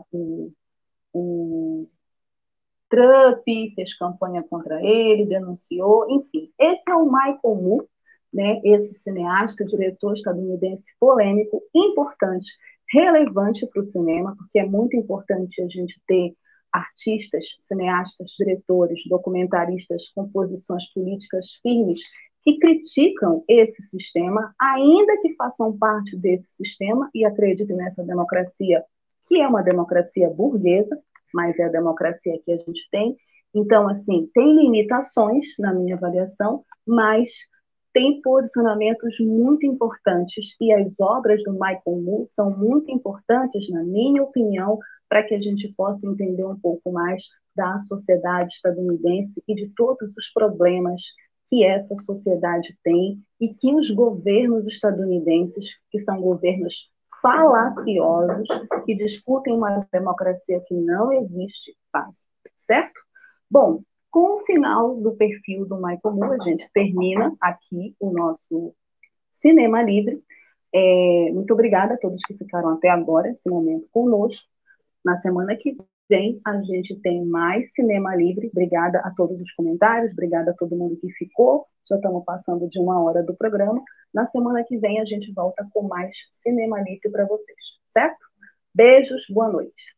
o Trump, fez campanha contra ele, denunciou, enfim. Esse é o Michael Moore, né? Esse cineasta, diretor estadunidense polêmico, importante, relevante para o cinema, porque é muito importante a gente ter artistas, cineastas, diretores, documentaristas com posições políticas firmes que criticam esse sistema, ainda que façam parte desse sistema e acreditem nessa democracia, que é uma democracia burguesa, mas é a democracia que a gente tem. Então, assim, tem limitações na minha avaliação, mas tem posicionamentos muito importantes e as obras do Michael Moore são muito importantes, na minha opinião, para que a gente possa entender um pouco mais da sociedade estadunidense e de todos os problemas que essa sociedade tem e que os governos estadunidenses, que são governos falaciosos, que discutem uma democracia que não existe, fazem, certo? Bom, com o final do perfil do Michael Moore, a gente termina aqui o nosso Cinema Livre. Muito obrigada a todos que ficaram até agora, esse momento conosco. Na semana que vem, a gente tem mais Cinema Livre. Obrigada a todos os comentários, obrigada a todo mundo que ficou. Já estamos passando de 1 hora do programa. Na semana que vem, a gente volta com mais Cinema Livre para vocês, certo? Beijos, boa noite.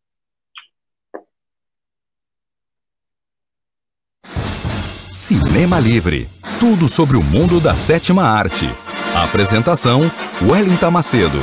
Cinema Livre. Tudo sobre o mundo da sétima arte. Apresentação, Wellington Macedo.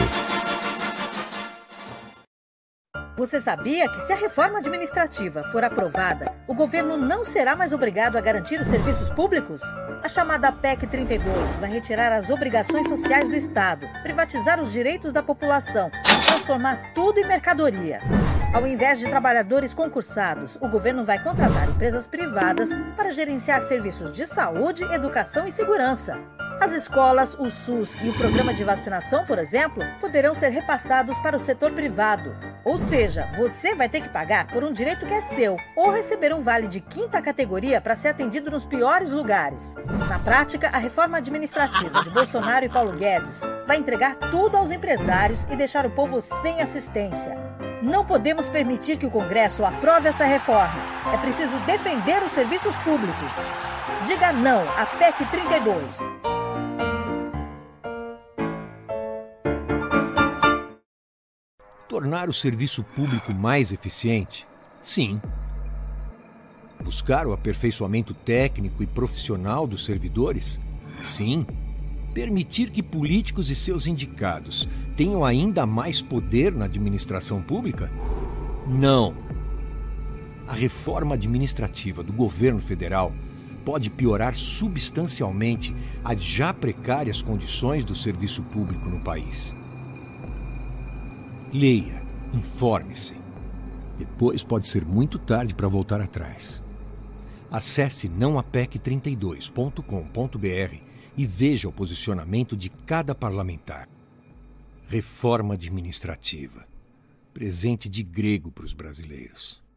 Você sabia que se a reforma administrativa for aprovada, o governo não será mais obrigado a garantir os serviços públicos? A chamada PEC 32 vai retirar as obrigações sociais do Estado, privatizar os direitos da população e transformar tudo em mercadoria. Ao invés de trabalhadores concursados, o governo vai contratar empresas privadas para gerenciar serviços de saúde, educação e segurança. As escolas, o SUS e o programa de vacinação, por exemplo, poderão ser repassados para o setor privado. Ou seja, você vai ter que pagar por um direito que é seu, ou receber um vale de 5ª categoria para ser atendido nos piores lugares. Na prática, a reforma administrativa de Bolsonaro e Paulo Guedes vai entregar tudo aos empresários e deixar o povo sem assistência. Não podemos permitir que o Congresso aprove essa reforma. É preciso defender os serviços públicos. Diga não à PEC 32. Tornar o serviço público mais eficiente? Sim. Buscar o aperfeiçoamento técnico e profissional dos servidores? Sim. Permitir que políticos e seus indicados tenham ainda mais poder na administração pública? Não. A reforma administrativa do governo federal pode piorar substancialmente as já precárias condições do serviço público no país. Leia, informe-se. Depois pode ser muito tarde para voltar atrás. Acesse nãoapec32.com.br e veja o posicionamento de cada parlamentar. Reforma administrativa. Presente de grego para os brasileiros.